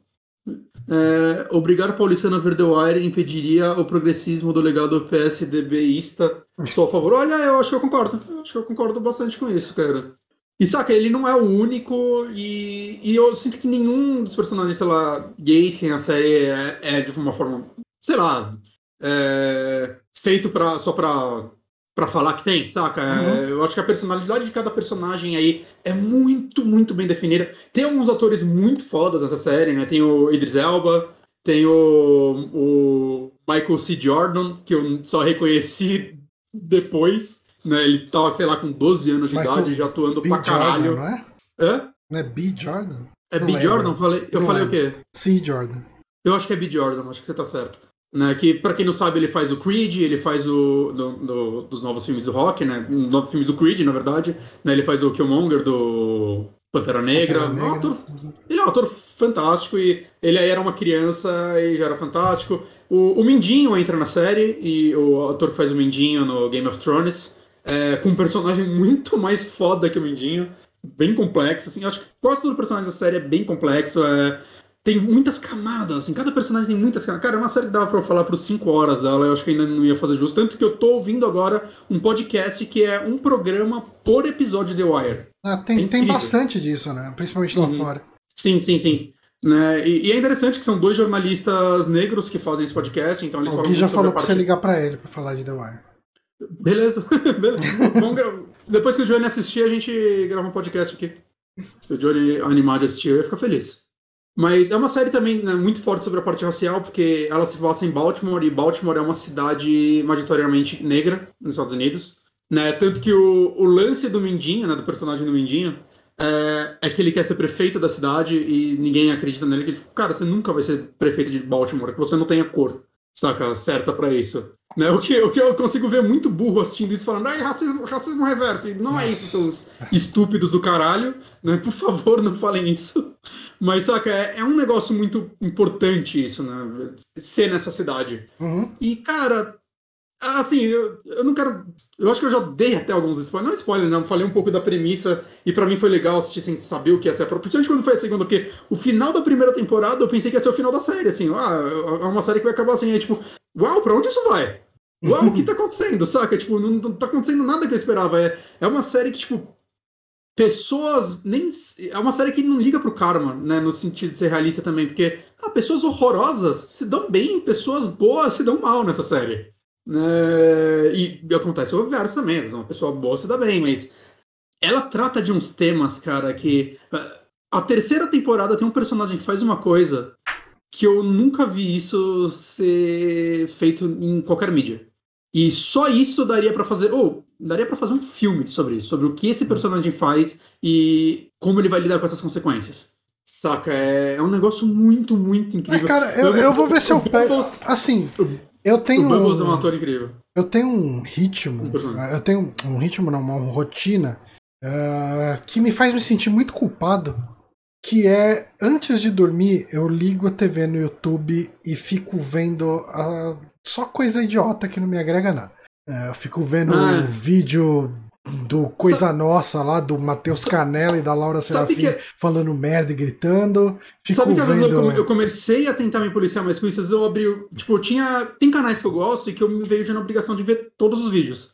Obrigar paulistano a ver The Wire impediria o progressismo do legado PSDBista. Estou a favor. Olha, eu acho que eu concordo. Eu acho que eu concordo bastante com isso, cara. E saca, ele não é o único, e eu sinto que nenhum dos personagens, sei lá, gays que tem na série é de uma forma, sei lá, feito só pra falar que tem, saca? Eu acho que a personalidade de cada personagem aí é muito, muito bem definida. Tem alguns atores muito fodas nessa série, né? Tem o Idris Elba, tem o Michael C. Jordan, que eu só reconheci depois, né? Ele tava, sei lá, com 12 anos de idade, já atuando pra caralho. Jordan, não é? Hã? Não é B. Jordan? É B. Jordan? Eu falei o quê? C. Jordan. Eu acho que é B. Jordan, acho que você tá certo. Né, que, pra quem não sabe, ele faz o Creed, ele faz dos novos filmes do Rock, né? Um novo filme do Creed, na verdade. Né, ele faz o Killmonger do Pantera Negra. Ele é um ator fantástico e ele aí era uma criança e já era fantástico. O Mindinho entra na série, e o ator que faz o Mindinho no Game of Thrones, com um personagem muito mais foda que o Mindinho. Bem complexo, assim. Acho que quase todo personagem da série é bem complexo. Tem muitas camadas, assim, cada personagem tem muitas camadas. Cara, é uma série que dava pra eu falar por 5 horas dela, eu acho que ainda não ia fazer justo. Tanto que eu tô ouvindo agora um podcast que é um programa por episódio de The Wire. Tem bastante disso, né? Principalmente lá fora. Sim. Né? E é interessante que são 2 jornalistas negros que fazem esse podcast, então eles falam. O Gui já falou pra você ligar pra ele pra falar de The Wire. Beleza. Depois que o Johnny assistir, a gente grava um podcast aqui. Se o Johnny animar de assistir, eu ia ficar feliz. Mas é uma série também, né, muito forte sobre a parte racial, porque ela se passa em Baltimore, e Baltimore é uma cidade majoritariamente negra nos Estados Unidos. Né? Tanto que o lance do Mindinho, né, do personagem do Mindinho, é que ele quer ser prefeito da cidade e ninguém acredita nele. Que, tipo, cara, você nunca vai ser prefeito de Baltimore, que você não tem a cor, saca, certa pra isso. Né? O que eu consigo ver muito burro assistindo isso, falando, racismo reverso. E não é isso, seus estúpidos do caralho. Né? Por favor, não falem isso. Mas, saca, é um negócio muito importante isso, né? Ser nessa cidade. E, cara, assim, eu não quero... Eu acho que eu já dei até alguns spoilers. Não spoiler, não. Falei um pouco da premissa. E pra mim foi legal assistir sem saber o que ia ser. Principalmente quando foi a segunda, porque o final da primeira temporada eu pensei que ia ser o final da série, assim. É uma série que vai acabar assim. Aí, tipo, uau, pra onde isso vai? Uau, o que tá acontecendo, saca? Tipo, não tá acontecendo nada que eu esperava. É uma série que, tipo... Pessoas nem... É uma série que não liga pro karma, né? No sentido de ser realista também. Porque pessoas horrorosas se dão bem, pessoas boas se dão mal nessa série. E acontece o verso também, às vezes uma pessoa boa se dá bem, mas ela trata de uns temas, cara, que. A terceira temporada tem um personagem que faz uma coisa que eu nunca vi isso ser feito em qualquer mídia. E só isso daria pra fazer. Ou, daria pra fazer um filme sobre isso, sobre o que esse personagem faz e como ele vai lidar com essas consequências. Saca? É um negócio muito, muito incrível. Cara, eu vou ver se eu pego. Assim, eu tenho. O Bubbles é um ator incrível. Eu tenho um ritmo. Eu tenho um ritmo, não, uma rotina que me faz me sentir muito culpado. Que é, antes de dormir, eu ligo a TV no YouTube e fico vendo só coisa idiota que não me agrega nada. Eu fico vendo um vídeo do Coisa Nossa lá, do Matheus Canella e da Laura Serafim falando merda e gritando. Sabe que às vezes eu comecei a tentar me policiar mais com isso, às vezes eu abri. Tipo, tem canais que eu gosto e que eu me vejo na obrigação de ver todos os vídeos.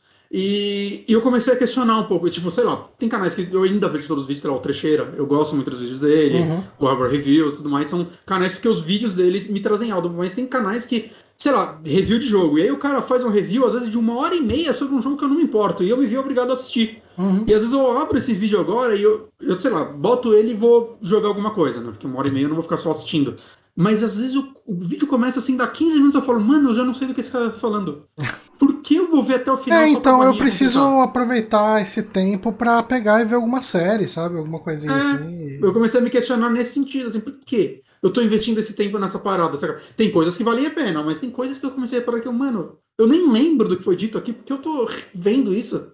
E eu comecei a questionar um pouco, tipo, sei lá, tem canais que eu ainda vejo todos os vídeos, sei lá, o Trecheira, eu gosto muito dos vídeos dele, o Harbor Reviews e tudo mais, são canais porque os vídeos deles me trazem algo, mas tem canais que, sei lá, review de jogo, e aí o cara faz um review, às vezes, de 1h30 sobre um jogo que eu não me importo, e eu me vi obrigado a assistir. E às vezes eu abro esse vídeo agora e eu, sei lá, boto ele e vou jogar alguma coisa, né, porque 1h30 eu não vou ficar só assistindo. Mas às vezes o vídeo começa assim, dá 15 minutos eu falo, mano, eu já não sei do que esse cara tá falando. Por que eu vou ver até o final? Então eu preciso aproveitar esse tempo pra pegar e ver alguma série, sabe? Alguma coisinha assim. Eu comecei a me questionar nesse sentido, assim, por quê? Eu tô investindo esse tempo nessa parada, sabe? Tem coisas que valem a pena, mas tem coisas que eu comecei a parar que mano, eu nem lembro do que foi dito aqui, porque eu tô vendo isso.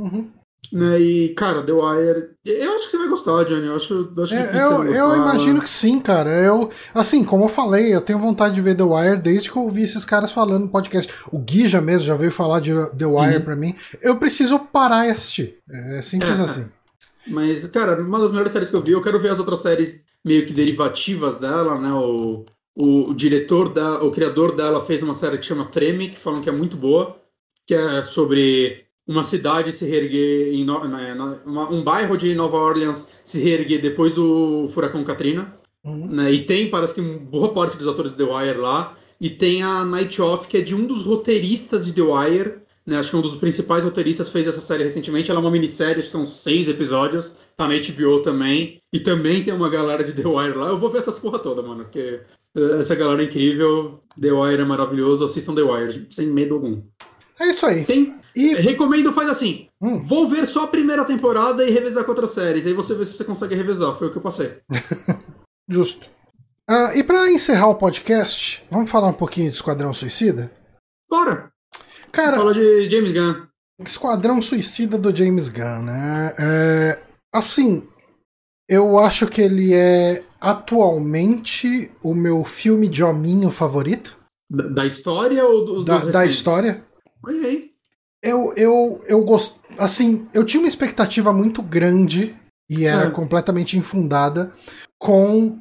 Né? E, cara, The Wire. Eu acho que você vai gostar, Johnny. Eu acho difícil. Eu imagino que sim, cara. Assim, como eu falei, eu tenho vontade de ver The Wire desde que eu ouvi esses caras falando no podcast. O Gui já mesmo já veio falar de The Wire pra mim. Eu preciso parar e assistir. É simples assim. Mas, cara, uma das melhores séries que eu vi, eu quero ver as outras séries meio que derivativas dela, né? O diretor, o criador dela fez uma série que chama Treme, que falam que é muito boa, que é sobre uma cidade se reerguer um bairro de Nova Orleans se reerguer depois do furacão Katrina, né? E tem, parece que boa parte dos atores de The Wire lá, e tem a Night Off, que é de um dos roteiristas de The Wire, né? Acho que um dos principais roteiristas fez essa série recentemente. Ela é uma minissérie, acho que são 6 episódios, tá na HBO também, e também tem uma galera de The Wire lá. Eu vou ver essas porra toda, mano, porque essa galera é incrível, The Wire é maravilhoso, assistam The Wire, sem medo algum. É isso aí. Recomendo, faz assim. Vou ver só a primeira temporada e revezar com outras séries. Aí você vê se você consegue revezar. Foi o que eu passei. Justo. E pra encerrar o podcast, vamos falar um pouquinho de Esquadrão Suicida? Bora! Cara, fala de James Gunn. Esquadrão Suicida do James Gunn, né? Assim, eu acho que ele é atualmente o meu filme de hominho favorito. Da história ou da história? Olha aí. Eu gosto. Assim, eu tinha uma expectativa muito grande e era completamente infundada com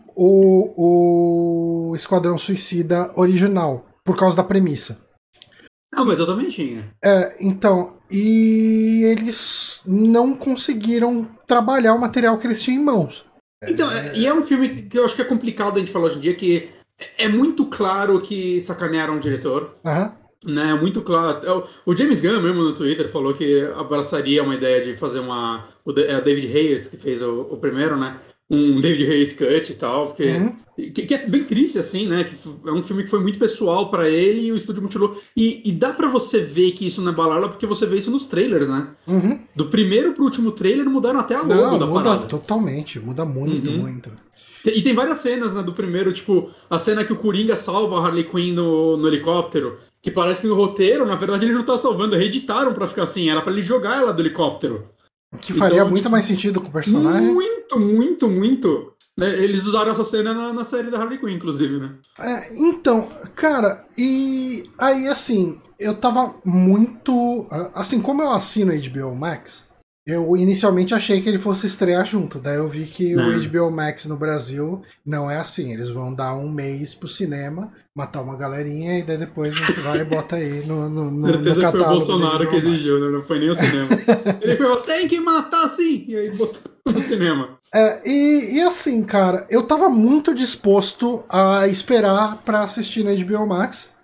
o Esquadrão Suicida original, por causa da premissa. Não, mas eu também tinha. Então, e eles não conseguiram trabalhar o material que eles tinham em mãos. Então, e é um filme que eu acho que é complicado a gente falar hoje em dia, que é muito claro que sacanearam o diretor. Né, muito claro. O James Gunn mesmo no Twitter falou que abraçaria uma ideia de fazer o David Hayes, que fez o primeiro, né? Um David Hayes cut e tal, porque que é bem triste, assim, né? Que é um filme que foi muito pessoal pra ele e o estúdio mutilou. E dá pra você ver que isso não é balela, porque você vê isso nos trailers, né? Do primeiro pro último trailer mudaram até a logo da parada. Muda totalmente, muda muito, muito. E tem várias cenas, né, do primeiro, tipo, a cena que o Coringa salva a Harley Quinn no helicóptero, que parece que no roteiro, na verdade, ele não tá salvando, reeditaram pra ficar assim, era pra ele jogar ela do helicóptero. Que faria muito mais sentido com o personagem. Muito. Né? Eles usaram essa cena na série da Harley Quinn, inclusive, né? Então, cara, e aí, assim, eu tava muito... Assim, como eu assino HBO Max, eu inicialmente achei que ele fosse estrear junto. Daí eu vi que o HBO Max no Brasil não é assim. Eles vão dar um mês pro cinema, matar uma galerinha e daí depois a gente vai e bota aí no certeza catálogo. Que foi o Bolsonaro que exigiu, né? Não foi nem o cinema. Ele falou, tem que matar sim! E aí botou no cinema. E assim, cara, eu tava muito disposto a esperar pra assistir na HBO Max.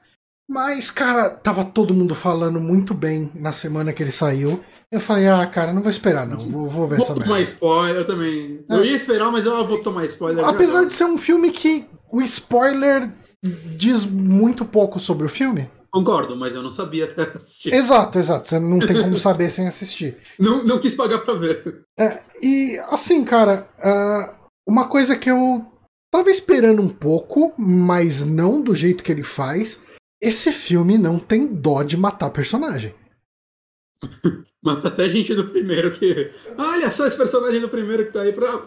Mas, cara, tava todo mundo falando muito bem na semana que ele saiu. Eu falei, cara, não vou esperar não, vou ver Vou essa tomar merda. spoiler, eu também. Eu ia esperar, mas eu vou tomar spoiler. Apesar de ser um filme que o spoiler diz muito pouco sobre o filme. Concordo, mas eu não sabia até assistir. Exato. Você não tem como saber sem assistir. Não quis pagar pra ver. E, assim, cara, uma coisa que eu tava esperando um pouco, mas não do jeito que ele faz, esse filme não tem dó de matar personagem. Mas até gente do primeiro que. Olha só esse personagem do primeiro que tá aí pra.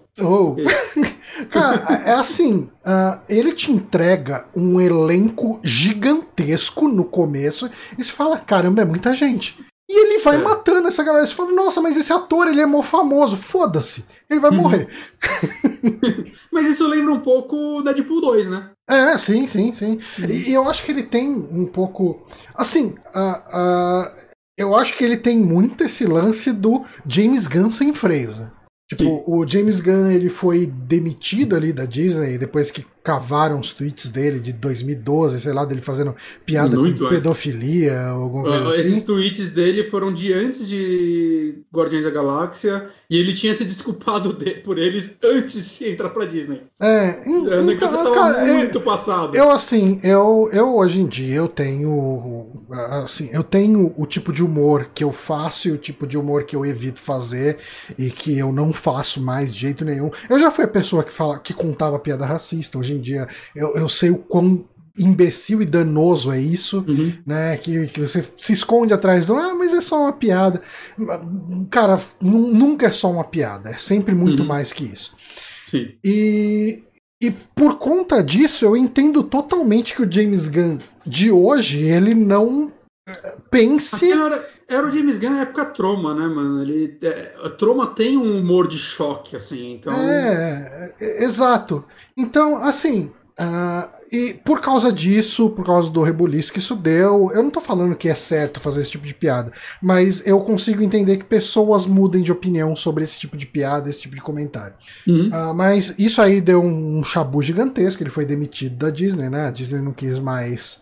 Cara, é assim, ele te entrega um elenco gigantesco no começo e você fala, caramba, é muita gente. E ele vai matando essa galera. Você fala, nossa, mas esse ator, ele é mó famoso. Foda-se, ele vai morrer. Mas isso lembra um pouco Deadpool 2, né? Sim. E eu acho que ele tem um pouco... Assim, eu acho que ele tem muito esse lance do James Gunn sem freios, né? Tipo, sim. O James Gunn, ele foi demitido ali da Disney depois que cavaram os tweets dele de 2012, sei lá, dele fazendo piada muito com pedofilia, alguma coisa assim. Esses tweets dele foram de antes de Guardiões da Galáxia e ele tinha se desculpado por eles antes de entrar pra Disney. Então, tava muito passado. Eu hoje em dia eu tenho o tipo de humor que eu faço e o tipo de humor que eu evito fazer e que eu não faço mais de jeito nenhum. Eu já fui a pessoa que contava piada racista. Hoje em dia eu sei o quão imbecil e danoso é isso, né? Que você se esconde atrás do mas é só uma piada. Cara, nunca é só uma piada, é sempre muito mais que isso. Sim. E por conta disso, eu entendo totalmente que o James Gunn de hoje, ele não pense... Era o James Gunn na época Troma, né, mano? Troma tem um humor de choque, assim, então... Exato. Então, assim... e por causa disso, por causa do rebuliço que isso deu, eu não tô falando que é certo fazer esse tipo de piada, mas eu consigo entender que pessoas mudem de opinião sobre esse tipo de piada, esse tipo de comentário. Mas isso aí deu um chabu gigantesco, ele foi demitido da Disney, né? A Disney não quis mais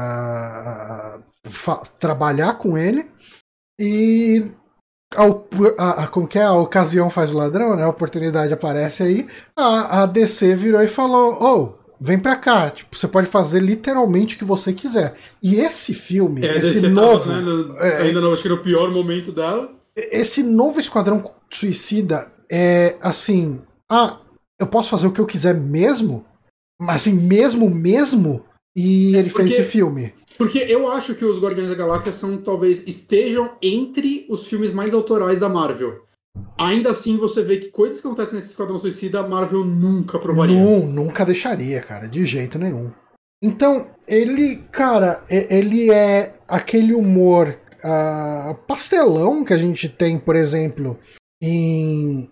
trabalhar com ele, e como que é? A ocasião faz o ladrão, né? A oportunidade aparece aí, a DC virou e falou, vem pra cá, tipo, você pode fazer literalmente o que você quiser. E esse filme, esse novo... ainda não, acho que no pior momento dela. Esse novo Esquadrão Suicida é assim... eu posso fazer o que eu quiser mesmo? Mas assim, mesmo? E ele fez esse filme. Porque eu acho que os Guardiões da Galáxia talvez estejam entre os filmes mais autorais da Marvel. Ainda assim, você vê que coisas que acontecem nesse Esquadrão Suicida, a Marvel nunca aprovaria. Nunca deixaria, cara, de jeito nenhum. Então, ele é aquele humor pastelão que a gente tem, por exemplo, em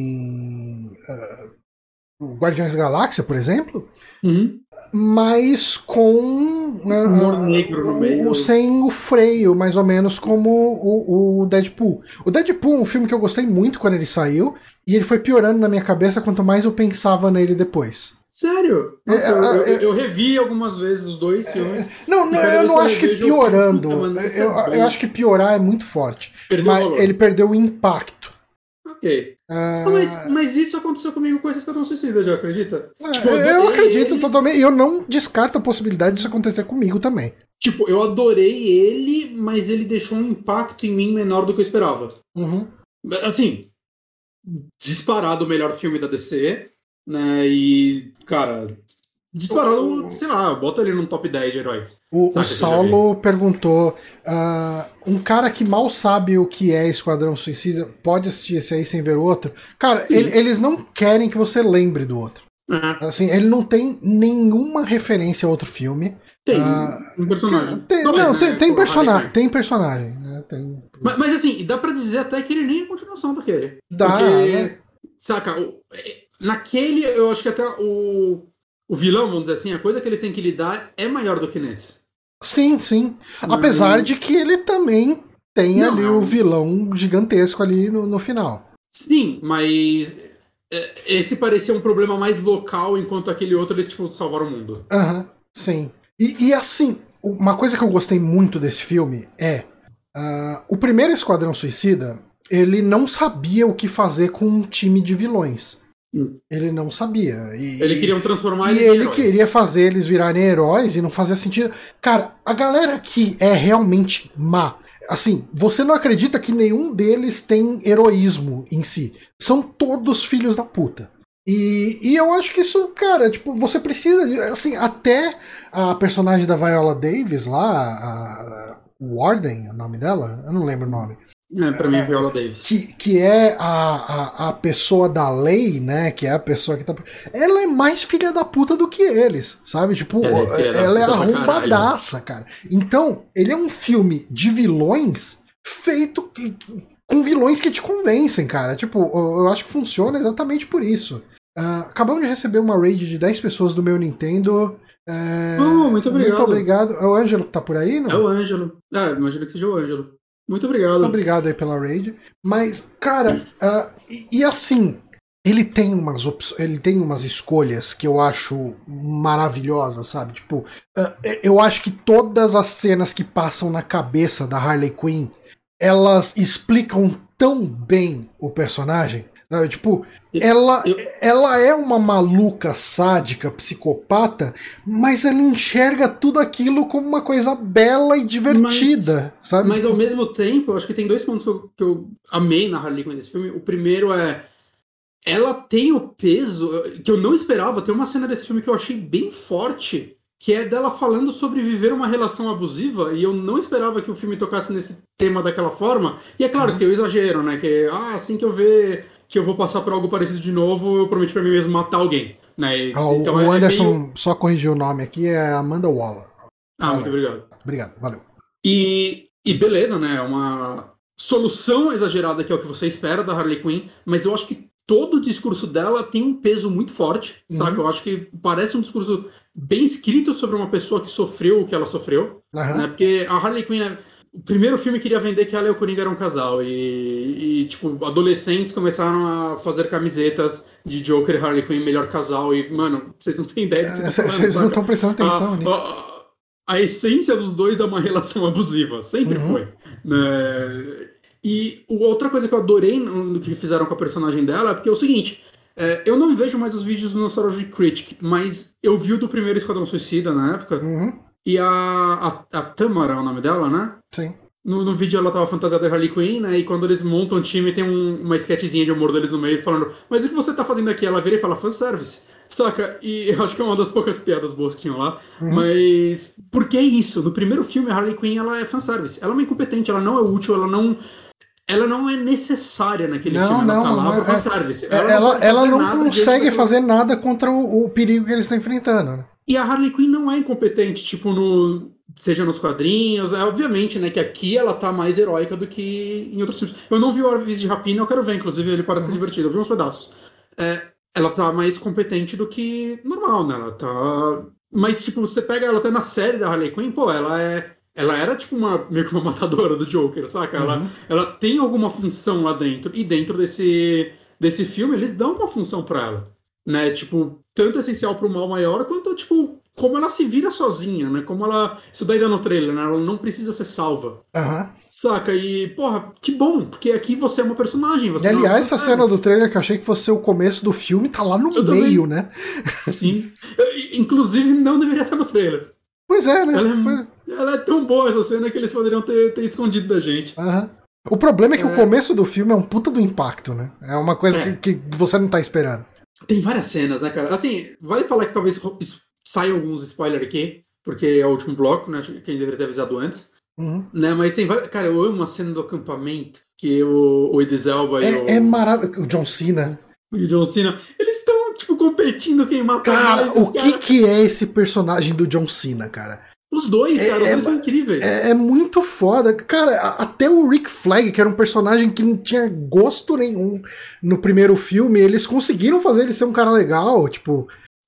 Guardiões da Galáxia, por exemplo, mas com humor negro no meio. Sem o freio, mais ou menos como o Deadpool. O Deadpool é um filme que eu gostei muito quando ele saiu, e ele foi piorando na minha cabeça quanto mais eu pensava nele depois. Sério? Nossa, eu revi algumas vezes os dois filmes. Eu não acho que piorando. Eu acho que piorar é muito forte. Ele perdeu o impacto. Ok. Mas isso aconteceu comigo com esse Esquadrão Suicida, já acredita? Eu acredito totalmente. E eu não descarto a possibilidade disso acontecer comigo também. Tipo, eu adorei ele, mas ele deixou um impacto em mim menor do que eu esperava. Assim, disparado o melhor filme da DC, né? E, cara, disparado, sei lá, bota ele num top 10 de heróis. O Saulo perguntou: um cara que mal sabe o que é Esquadrão Suicida pode assistir esse aí sem ver o outro? Cara, eles não querem que você lembre do outro. Assim, ele não tem nenhuma referência a outro filme. Tem um personagem. Tem personagem. Né? Mas assim, dá pra dizer até que ele nem é continuação daquele. Dá. Porque, saca, naquele eu acho que até o vilão, vamos dizer assim, a coisa que eles têm que lidar é maior do que nesse. Sim. Apesar de que ele também tem o vilão gigantesco ali no final. Sim, mas esse parecia um problema mais local, enquanto aquele outro eles, tipo, salvaram o mundo. Sim. E assim, uma coisa que eu gostei muito desse filme é o primeiro Esquadrão Suicida, ele não sabia o que fazer com um time de vilões. Ele não sabia. Ele queria transformar eles em heróis. Queria fazer eles virarem heróis e não fazia sentido. Cara, a galera aqui é realmente má. Assim, você não acredita que nenhum deles tem heroísmo em si. São todos filhos da puta. E eu acho que isso, cara, tipo, você precisa. Assim, até a personagem da Viola Davis lá, a Warden, é o nome dela? Eu não lembro o nome. Pra mim é Viola Davis. Que é a pessoa da lei, né? Que é a pessoa que tá. Ela é mais filha da puta do que eles, sabe? Tipo, ela é arrombadaça, cara. Então, ele é um filme de vilões feito com vilões que te convencem, cara. Tipo, eu acho que funciona exatamente por isso. Acabamos de receber uma raid de 10 pessoas do meu Nintendo. Muito obrigado. Muito obrigado. É o Ângelo que tá por aí, não? É o Ângelo. Imagino que seja o Ângelo. Muito obrigado. Obrigado aí pela raid. Mas, cara, e assim, ele tem umas escolhas que eu acho maravilhosas, sabe? Tipo, eu acho que todas as cenas que passam na cabeça da Harley Quinn, elas explicam tão bem o personagem. Tipo, ela é uma maluca, sádica, psicopata, mas ela enxerga tudo aquilo como uma coisa bela e divertida, sabe? Mas ao mesmo tempo, eu acho que tem 2 pontos que eu amei na Harley Quinn desse filme. O primeiro é, ela tem o peso que eu não esperava. Tem uma cena desse filme que eu achei bem forte, que é dela falando sobre viver uma relação abusiva, e eu não esperava que o filme tocasse nesse tema daquela forma. E é claro que tem o exagero, né? Que assim que eu ver que eu vou passar por algo parecido de novo, eu prometi pra mim mesmo matar alguém, né? Então, o Anderson só corrigiu o nome aqui, é Amanda Waller. Muito obrigado. Obrigado, valeu. E beleza, né? Uma solução exagerada que é o que você espera da Harley Quinn, mas eu acho que todo o discurso dela tem um peso muito forte, saca? Eu acho que parece um discurso bem escrito sobre uma pessoa que sofreu o que ela sofreu, né? Porque a Harley Quinn, o primeiro filme queria vender que ela e o Coringa eram um casal, e tipo, adolescentes começaram a fazer camisetas de Joker e Harley Quinn, melhor casal, e, mano, vocês não têm ideia do que vocês estão falando. Vocês não estão prestando atenção nisso. A essência dos dois é uma relação abusiva, sempre foi, né? E outra coisa que eu adorei no que fizeram com a personagem dela é porque é o seguinte, eu não vejo mais os vídeos do Nostalgia Critic, mas eu vi o do primeiro Esquadrão Suicida na época, e a Tamara é o nome dela, né? Sim. No vídeo ela tava fantasiada de Harley Quinn, né? E quando eles montam o time, tem uma sketchzinha de humor deles no meio falando, mas o que você tá fazendo aqui? Ela vira e fala, fanservice. Saca? E eu acho que é uma das poucas piadas boas que tinham lá. Mas por que isso? No primeiro filme, a Harley Quinn, ela é fanservice. Ela é uma incompetente, ela não é útil, ela não é necessária naquele filme. Ela tá lá pro fanservice. Ela não consegue fazer nada contra o perigo que eles estão enfrentando, né? E a Harley Quinn não é incompetente, tipo, seja nos quadrinhos, né? Obviamente, né, que aqui ela tá mais heróica do que em outros filmes. Eu não vi o Aves de Rapina, eu quero ver, inclusive, ele parece divertido, eu vi uns pedaços. Ela tá mais competente do que normal, né? Ela tá... Mas, tipo, você pega ela até na série da Harley Quinn, pô, ela era, tipo, meio que uma matadora do Joker, saca? Ela tem alguma função lá dentro, e dentro desse filme eles dão uma função pra ela, né? Tipo, tanto essencial pro mal maior, quanto, tipo, como ela se vira sozinha, né? Como ela... Isso daí dá no trailer, né? Ela não precisa ser salva. Saca? E, porra, que bom, porque aqui você é uma personagem. Você aliás, essa cena do trailer que eu achei que fosse ser o começo do filme, tá lá no meio, né? Sim. Inclusive, não deveria estar no trailer. Pois é, né? Ela é tão boa, essa cena, que eles poderiam ter escondido da gente. O problema é que o começo do filme é um puta do impacto, né? É uma coisa que você não tá esperando. Tem várias cenas, né, cara? Assim, vale falar que talvez saiam alguns spoilers aqui, porque é o último bloco, né? Quem deveria ter avisado antes. Né? Mas tem várias... Cara, eu amo a cena do acampamento, que o Idris Elba e é maravilhoso. O John Cena. E o John Cena, eles estão, tipo, competindo quem mata mais. Cara, o que é esse personagem do John Cena, cara? Os dois, cara, os dois são incríveis. É muito foda. Cara, até o Rick Flag, que era um personagem que não tinha gosto nenhum no primeiro filme, eles conseguiram fazer ele ser um cara legal, tipo...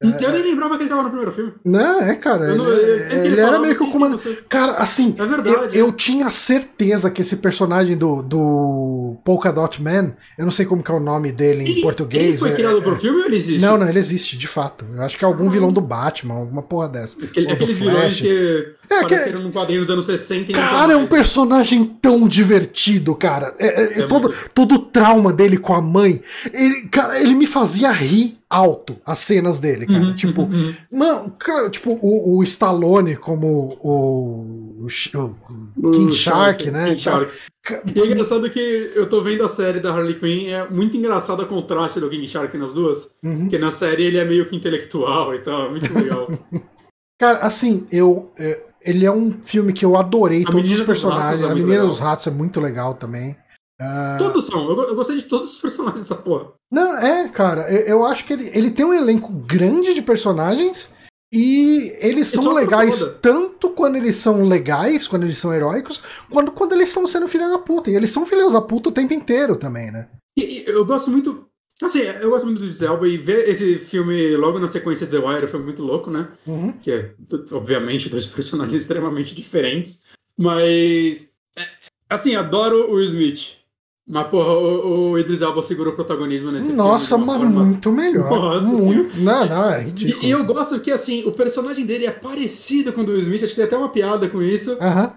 Eu nem lembrava que ele tava no primeiro filme. Não, cara. Ele era meio que o comando. Cara, assim, é verdade, eu tinha certeza que esse personagem do Polka Dot Man, eu não sei como que é o nome dele em português. Ele foi criado pro filme ou ele existe? Não, ele existe, de fato. Eu acho que é algum vilão do Batman, alguma porra dessa. Aqueles vilões que apareceram num quadrinho dos anos 60 e cara, é um personagem tão divertido, cara. Todo o trauma dele com a mãe. Ele me fazia rir alto as cenas dele, cara. Mano, cara, tipo, o Stallone como o King Shark, né? King Shark. E é engraçado que eu tô vendo a série da Harley Quinn, é muito engraçado o contraste do King Shark nas duas, porque na série ele é meio que intelectual e tal, é muito legal. Cara, assim, ele é um filme que eu adorei, todos os personagens. A Menina dos Ratos é muito legal também. Todos são, eu gostei de todos os personagens dessa porra. Não, cara, eu acho que ele tem um elenco grande de personagens e eles são legais tanto quando eles são legais, quando eles são heróicos, quanto quando eles estão sendo filha da puta. E eles são filhos da puta o tempo inteiro também, né? E eu gosto muito. Assim, eu gosto muito do Idris Elba e ver esse filme logo na sequência de The Wire foi muito louco, né? Que é, obviamente, dois personagens extremamente diferentes. Mas, assim, adoro o Will Smith. Mas, porra, o Idris Elba segura o protagonismo nesse filme. Nossa, mas forma... muito melhor. Nossa, muito. Não, é ridículo. E eu gosto que, assim, o personagem dele é parecido com o do Will Smith. Acho que tem até uma piada com isso.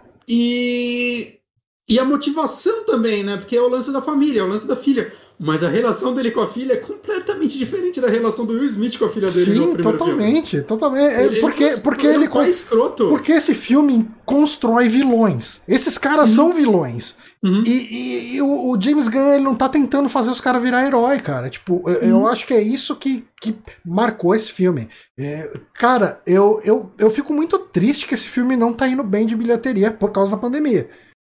E a motivação também, né? Porque é o lance da família, é o lance da filha. Mas a relação dele com a filha é completamente diferente da relação do Will Smith com a filha dele no primeiro totalmente, filme. Totalmente. Porque ele é escroto. Porque esse filme constrói vilões. Esses caras são vilões. E o James Gunn, ele não tá tentando fazer os caras virar herói, cara. Tipo, eu acho que é isso que marcou esse filme. Cara, eu fico muito triste que esse filme não tá indo bem de bilheteria por causa da pandemia.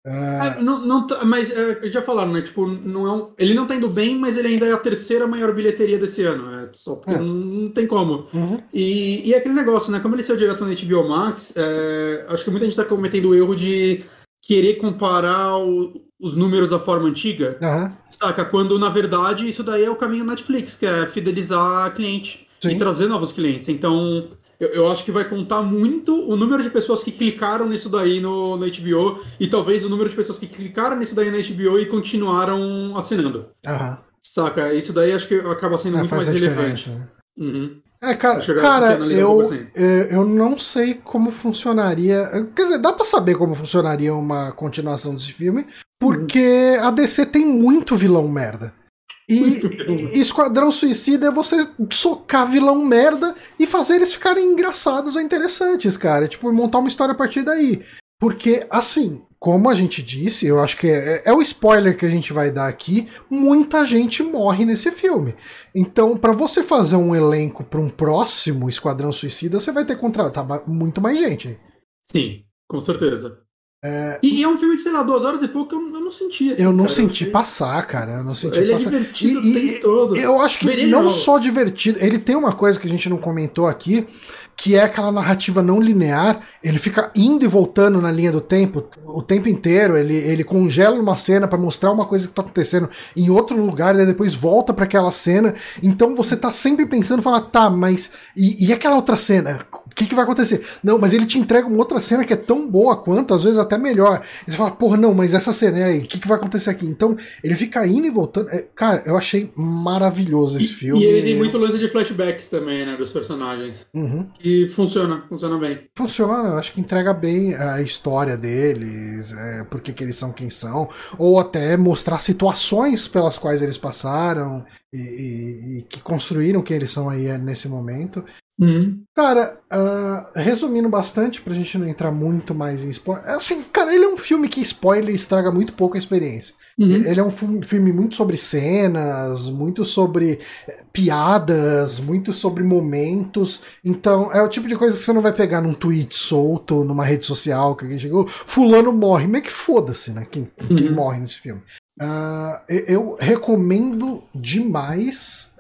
Mas já falaram, né? Tipo, ele não tá indo bem, mas ele ainda é a terceira maior bilheteria desse ano. Só porque não tem como. E é aquele negócio, né? Como ele saiu direto na HBO Max, acho que muita gente tá cometendo o erro de querer comparar os números da forma antiga. Saca? Quando, na verdade, isso daí é o caminho Netflix, que é fidelizar cliente. Sim. E trazer novos clientes. Então, eu acho que vai contar muito o número de pessoas que clicaram nisso daí no HBO e talvez o número de pessoas que clicaram nisso daí na HBO e continuaram assinando. Saca? Isso daí acho que acaba sendo muito mais relevante. Cara, eu não sei como funcionaria. Quer dizer, dá pra saber como funcionaria uma continuação desse filme, porque a DC tem muito vilão merda. E Esquadrão Suicida é você socar vilão merda e fazer eles ficarem engraçados ou interessantes, cara. Tipo, montar uma história a partir daí. Porque, assim, como a gente disse, eu acho que é o spoiler que a gente vai dar aqui, muita gente morre nesse filme. Então, pra você fazer um elenco pra um próximo Esquadrão Suicida, você vai ter que contratar muito mais gente. Sim, com certeza. E é um filme de, sei lá, 2 horas e pouco, eu não senti assim. Eu não senti passar, cara. Eu não senti ele passar. É divertido o tempo todo. Eu acho que não só divertido. Ele tem uma coisa que a gente não comentou aqui, que é aquela narrativa não linear. Ele fica indo e voltando na linha do tempo o tempo inteiro. Ele congela uma cena pra mostrar uma coisa que tá acontecendo em outro lugar, e depois volta pra aquela cena. Então você tá sempre pensando, fala, tá, mas e aquela outra cena? O que vai acontecer? Não, mas ele te entrega uma outra cena que é tão boa quanto, às vezes até melhor. E você fala, porra, não, mas essa cena aí, o que vai acontecer aqui? Então, ele fica indo e voltando. Cara, eu achei maravilhoso esse filme. E ele tem muito lance de flashbacks também, né, dos personagens. E funciona bem. Funciona, eu acho que entrega bem a história deles, por que eles são quem são, ou até mostrar situações pelas quais eles passaram e que construíram quem eles são aí nesse momento. Cara, resumindo bastante, pra gente não entrar muito mais em spoiler. Assim, cara, ele é um filme que spoiler estraga muito pouco a experiência. Ele é um filme muito sobre cenas, muito sobre piadas, muito sobre momentos. Então, é o tipo de coisa que você não vai pegar num tweet solto, numa rede social, que alguém chegou, fulano morre. Meio que foda-se, né? Quem morre nesse filme. Eu recomendo demais.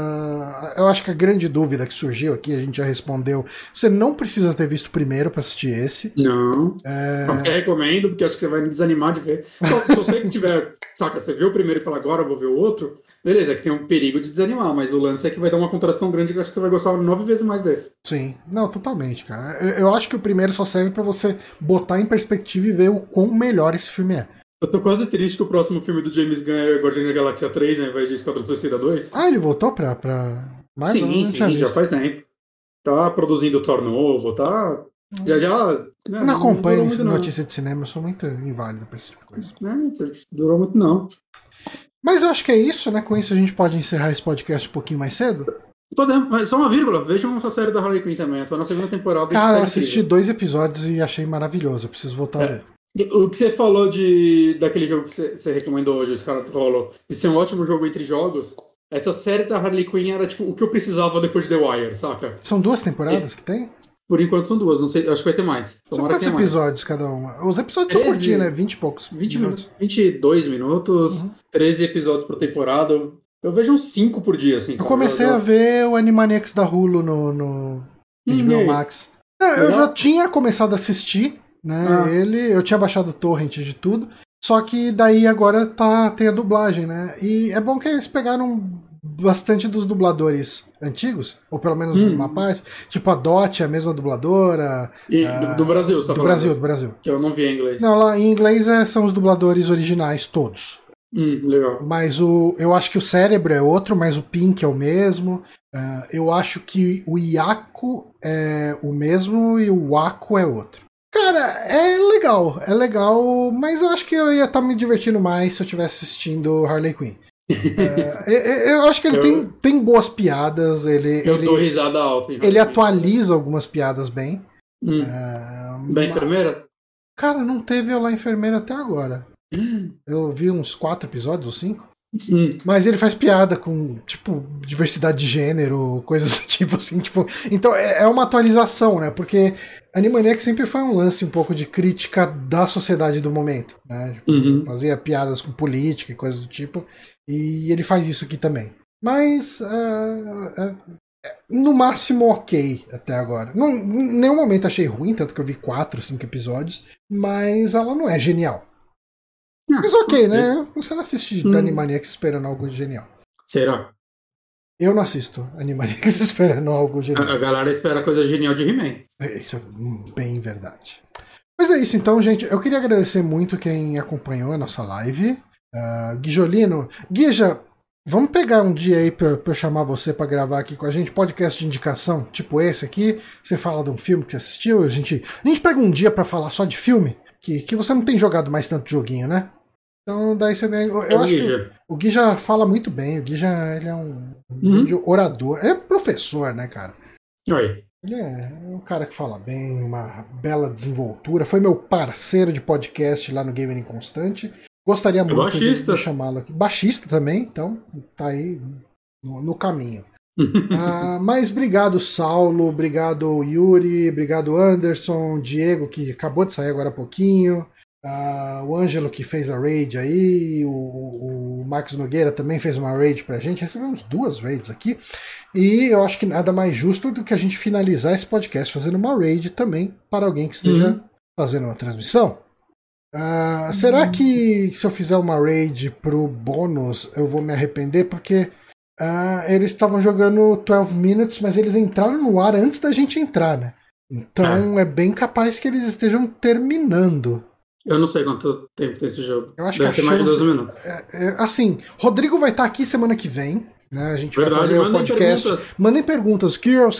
Eu acho que a grande dúvida que surgiu aqui, a gente já respondeu. Você não precisa ter visto o primeiro pra assistir esse. Não. Eu recomendo, porque acho que você vai me desanimar de ver. Só que se você que tiver, saca, você vê o primeiro e fala, agora eu vou ver o outro, beleza, é que tem um perigo de desanimar, mas o lance é que vai dar uma contraste tão grande que eu acho que você vai gostar 9 vezes mais desse. Sim, não, totalmente, cara. Eu acho que o primeiro só serve pra você botar em perspectiva e ver o quão melhor esse filme é. Eu tô quase triste que o próximo filme do James Gunn é Guardiões da Galáxia 3, ao invés de Esquadrão Suicida 2. Ele voltou pra... Marvel? Sim, já faz tempo. Tá produzindo Thor novo, tá... Já. Eu não acompanho notícia de cinema, eu sou muito inválido pra esse tipo de coisa. Não durou muito, não. Mas eu acho que é isso, né? Com isso a gente pode encerrar esse podcast um pouquinho mais cedo. Podemos, mas só uma vírgula. Vejam essa série da Harley Quinn também. Eu tô na segunda temporada. Cara, eu assisti 2 episódios e achei maravilhoso. Eu preciso voltar a ver. O que você falou daquele jogo que você recomendou hoje, os caras falou, de ser um ótimo jogo entre jogos, essa série da Harley Quinn era tipo o que eu precisava depois de The Wire, saca? São 2 temporadas que tem? Por enquanto são 2, não sei, acho que vai ter mais. São quantos episódios cada uma? Os episódios 13, são curtinhos, né? 20 e poucos. 20 minutos. 22 minutos, 13 episódios por temporada. Eu vejo uns 5 por dia, assim. Eu comecei a ver o Animaniacs da Hulu no HBO Max. Eu já tinha começado a assistir, né? Eu tinha baixado o torrent de tudo. Só que daí agora tem a dublagem, né? E é bom que eles pegaram bastante dos dubladores antigos, ou pelo menos uma parte. Tipo, a Dot é a mesma dubladora. Do Brasil, você tá falando? Do Brasil. Que eu não vi em inglês. Não, lá em inglês são os dubladores originais, todos. Legal. Mas eu acho que o Cérebro é outro, mas o Pink é o mesmo. Eu acho que o Iaco é o mesmo e o Waco é outro. Cara, é legal, mas eu acho que eu ia estar me divertindo mais se eu estivesse assistindo Harley Quinn. Eu acho que ele tem boas piadas. Eu dou risada alta. Ele atualiza algumas piadas bem. Da enfermeira? Cara, não teve Olá Enfermeira até agora. Eu vi uns 4 episódios ou 5. Mas ele faz piada com, tipo, diversidade de gênero, coisas do tipo assim, tipo. Então é uma atualização, né? Porque Animaniacs sempre foi um lance um pouco de crítica da sociedade do momento, né? Fazia piadas com política e coisas do tipo. E ele faz isso aqui também. Mas no máximo ok até agora. Em nenhum momento achei ruim, tanto que eu vi 4, 5 episódios. Mas ela não é genial. Mas ok, né? Você não assiste Animaniacs esperando algo genial. Será? Eu não assisto Animaniacs esperando algo genial. A galera espera coisa genial de He-Man. Isso é bem verdade. Mas é isso então, gente. Eu queria agradecer muito quem acompanhou a nossa live. Guijolino. Guija, vamos pegar um dia aí pra eu chamar você pra gravar aqui com a gente, podcast de indicação, tipo esse aqui. Você fala de um filme que você assistiu, a gente pega um dia pra falar só de filme, que você não tem jogado mais tanto joguinho, né? Então daí você vem. Eu acho que o Gui já fala muito bem, o Gui ele é um orador, é professor, né, cara? Oi. Ele é um cara que fala bem, uma bela desenvoltura, foi meu parceiro de podcast lá no Gamer Inconstante. Gostaria muito de chamá-lo aqui. Baixista também, então tá aí no caminho. Mas obrigado, Saulo, obrigado, Yuri, obrigado, Anderson, Diego, que acabou de sair agora há pouquinho, o Ângelo, que fez a raid aí, o Marcos Nogueira também fez uma raid pra gente. Recebemos 2 raids aqui, e eu acho que nada mais justo do que a gente finalizar esse podcast fazendo uma raid também para alguém que esteja fazendo uma transmissão. Será que se eu fizer uma raid pro bônus eu vou me arrepender? Porque eles estavam jogando 12 Minutes, mas eles entraram no ar antes da gente entrar, né? Então é bem capaz que eles estejam terminando. Eu não sei quanto tempo tem esse jogo. Eu acho que ter mais de 12 minutos. Assim, Rodrigo vai estar aqui semana que vem. Né? A gente vai fazer o podcast. Mandem perguntas.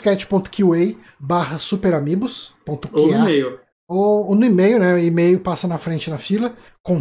curioscat.qa/superamigos.qa ou no e-mail. Ou no e-mail, né? E-mail passa na frente na fila.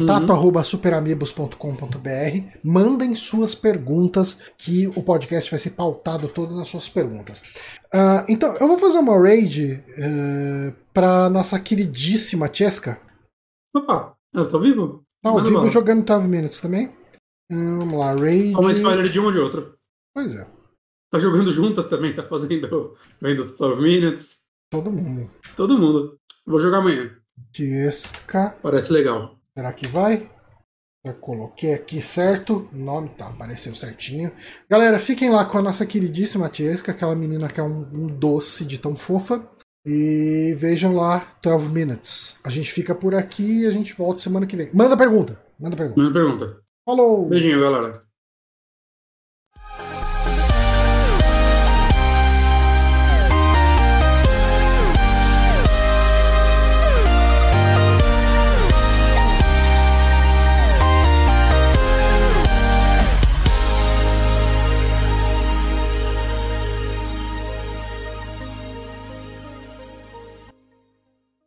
contato@superamigos.com.br. Mandem suas perguntas, que o podcast vai ser pautado todo nas suas perguntas. Então, eu vou fazer uma raid para nossa queridíssima Chesca. Opa, ela tá vivo? Tá ao vivo jogando 12 Minutes também. Vamos lá, raid. Uma spoiler de um ou de outro. Pois é. Tá jogando juntas também, tá vendo 12 Minutes. Todo mundo. Vou jogar amanhã. Chesca. Parece legal. Será que vai? Já coloquei aqui certo. O nome tá, apareceu certinho. Galera, fiquem lá com a nossa queridíssima Tiesca, aquela menina que é um doce de tão fofa. E vejam lá 12 Minutes. A gente fica por aqui e a gente volta semana que vem. Manda pergunta. Manda pergunta. Minha pergunta. Falou! Beijinho, galera.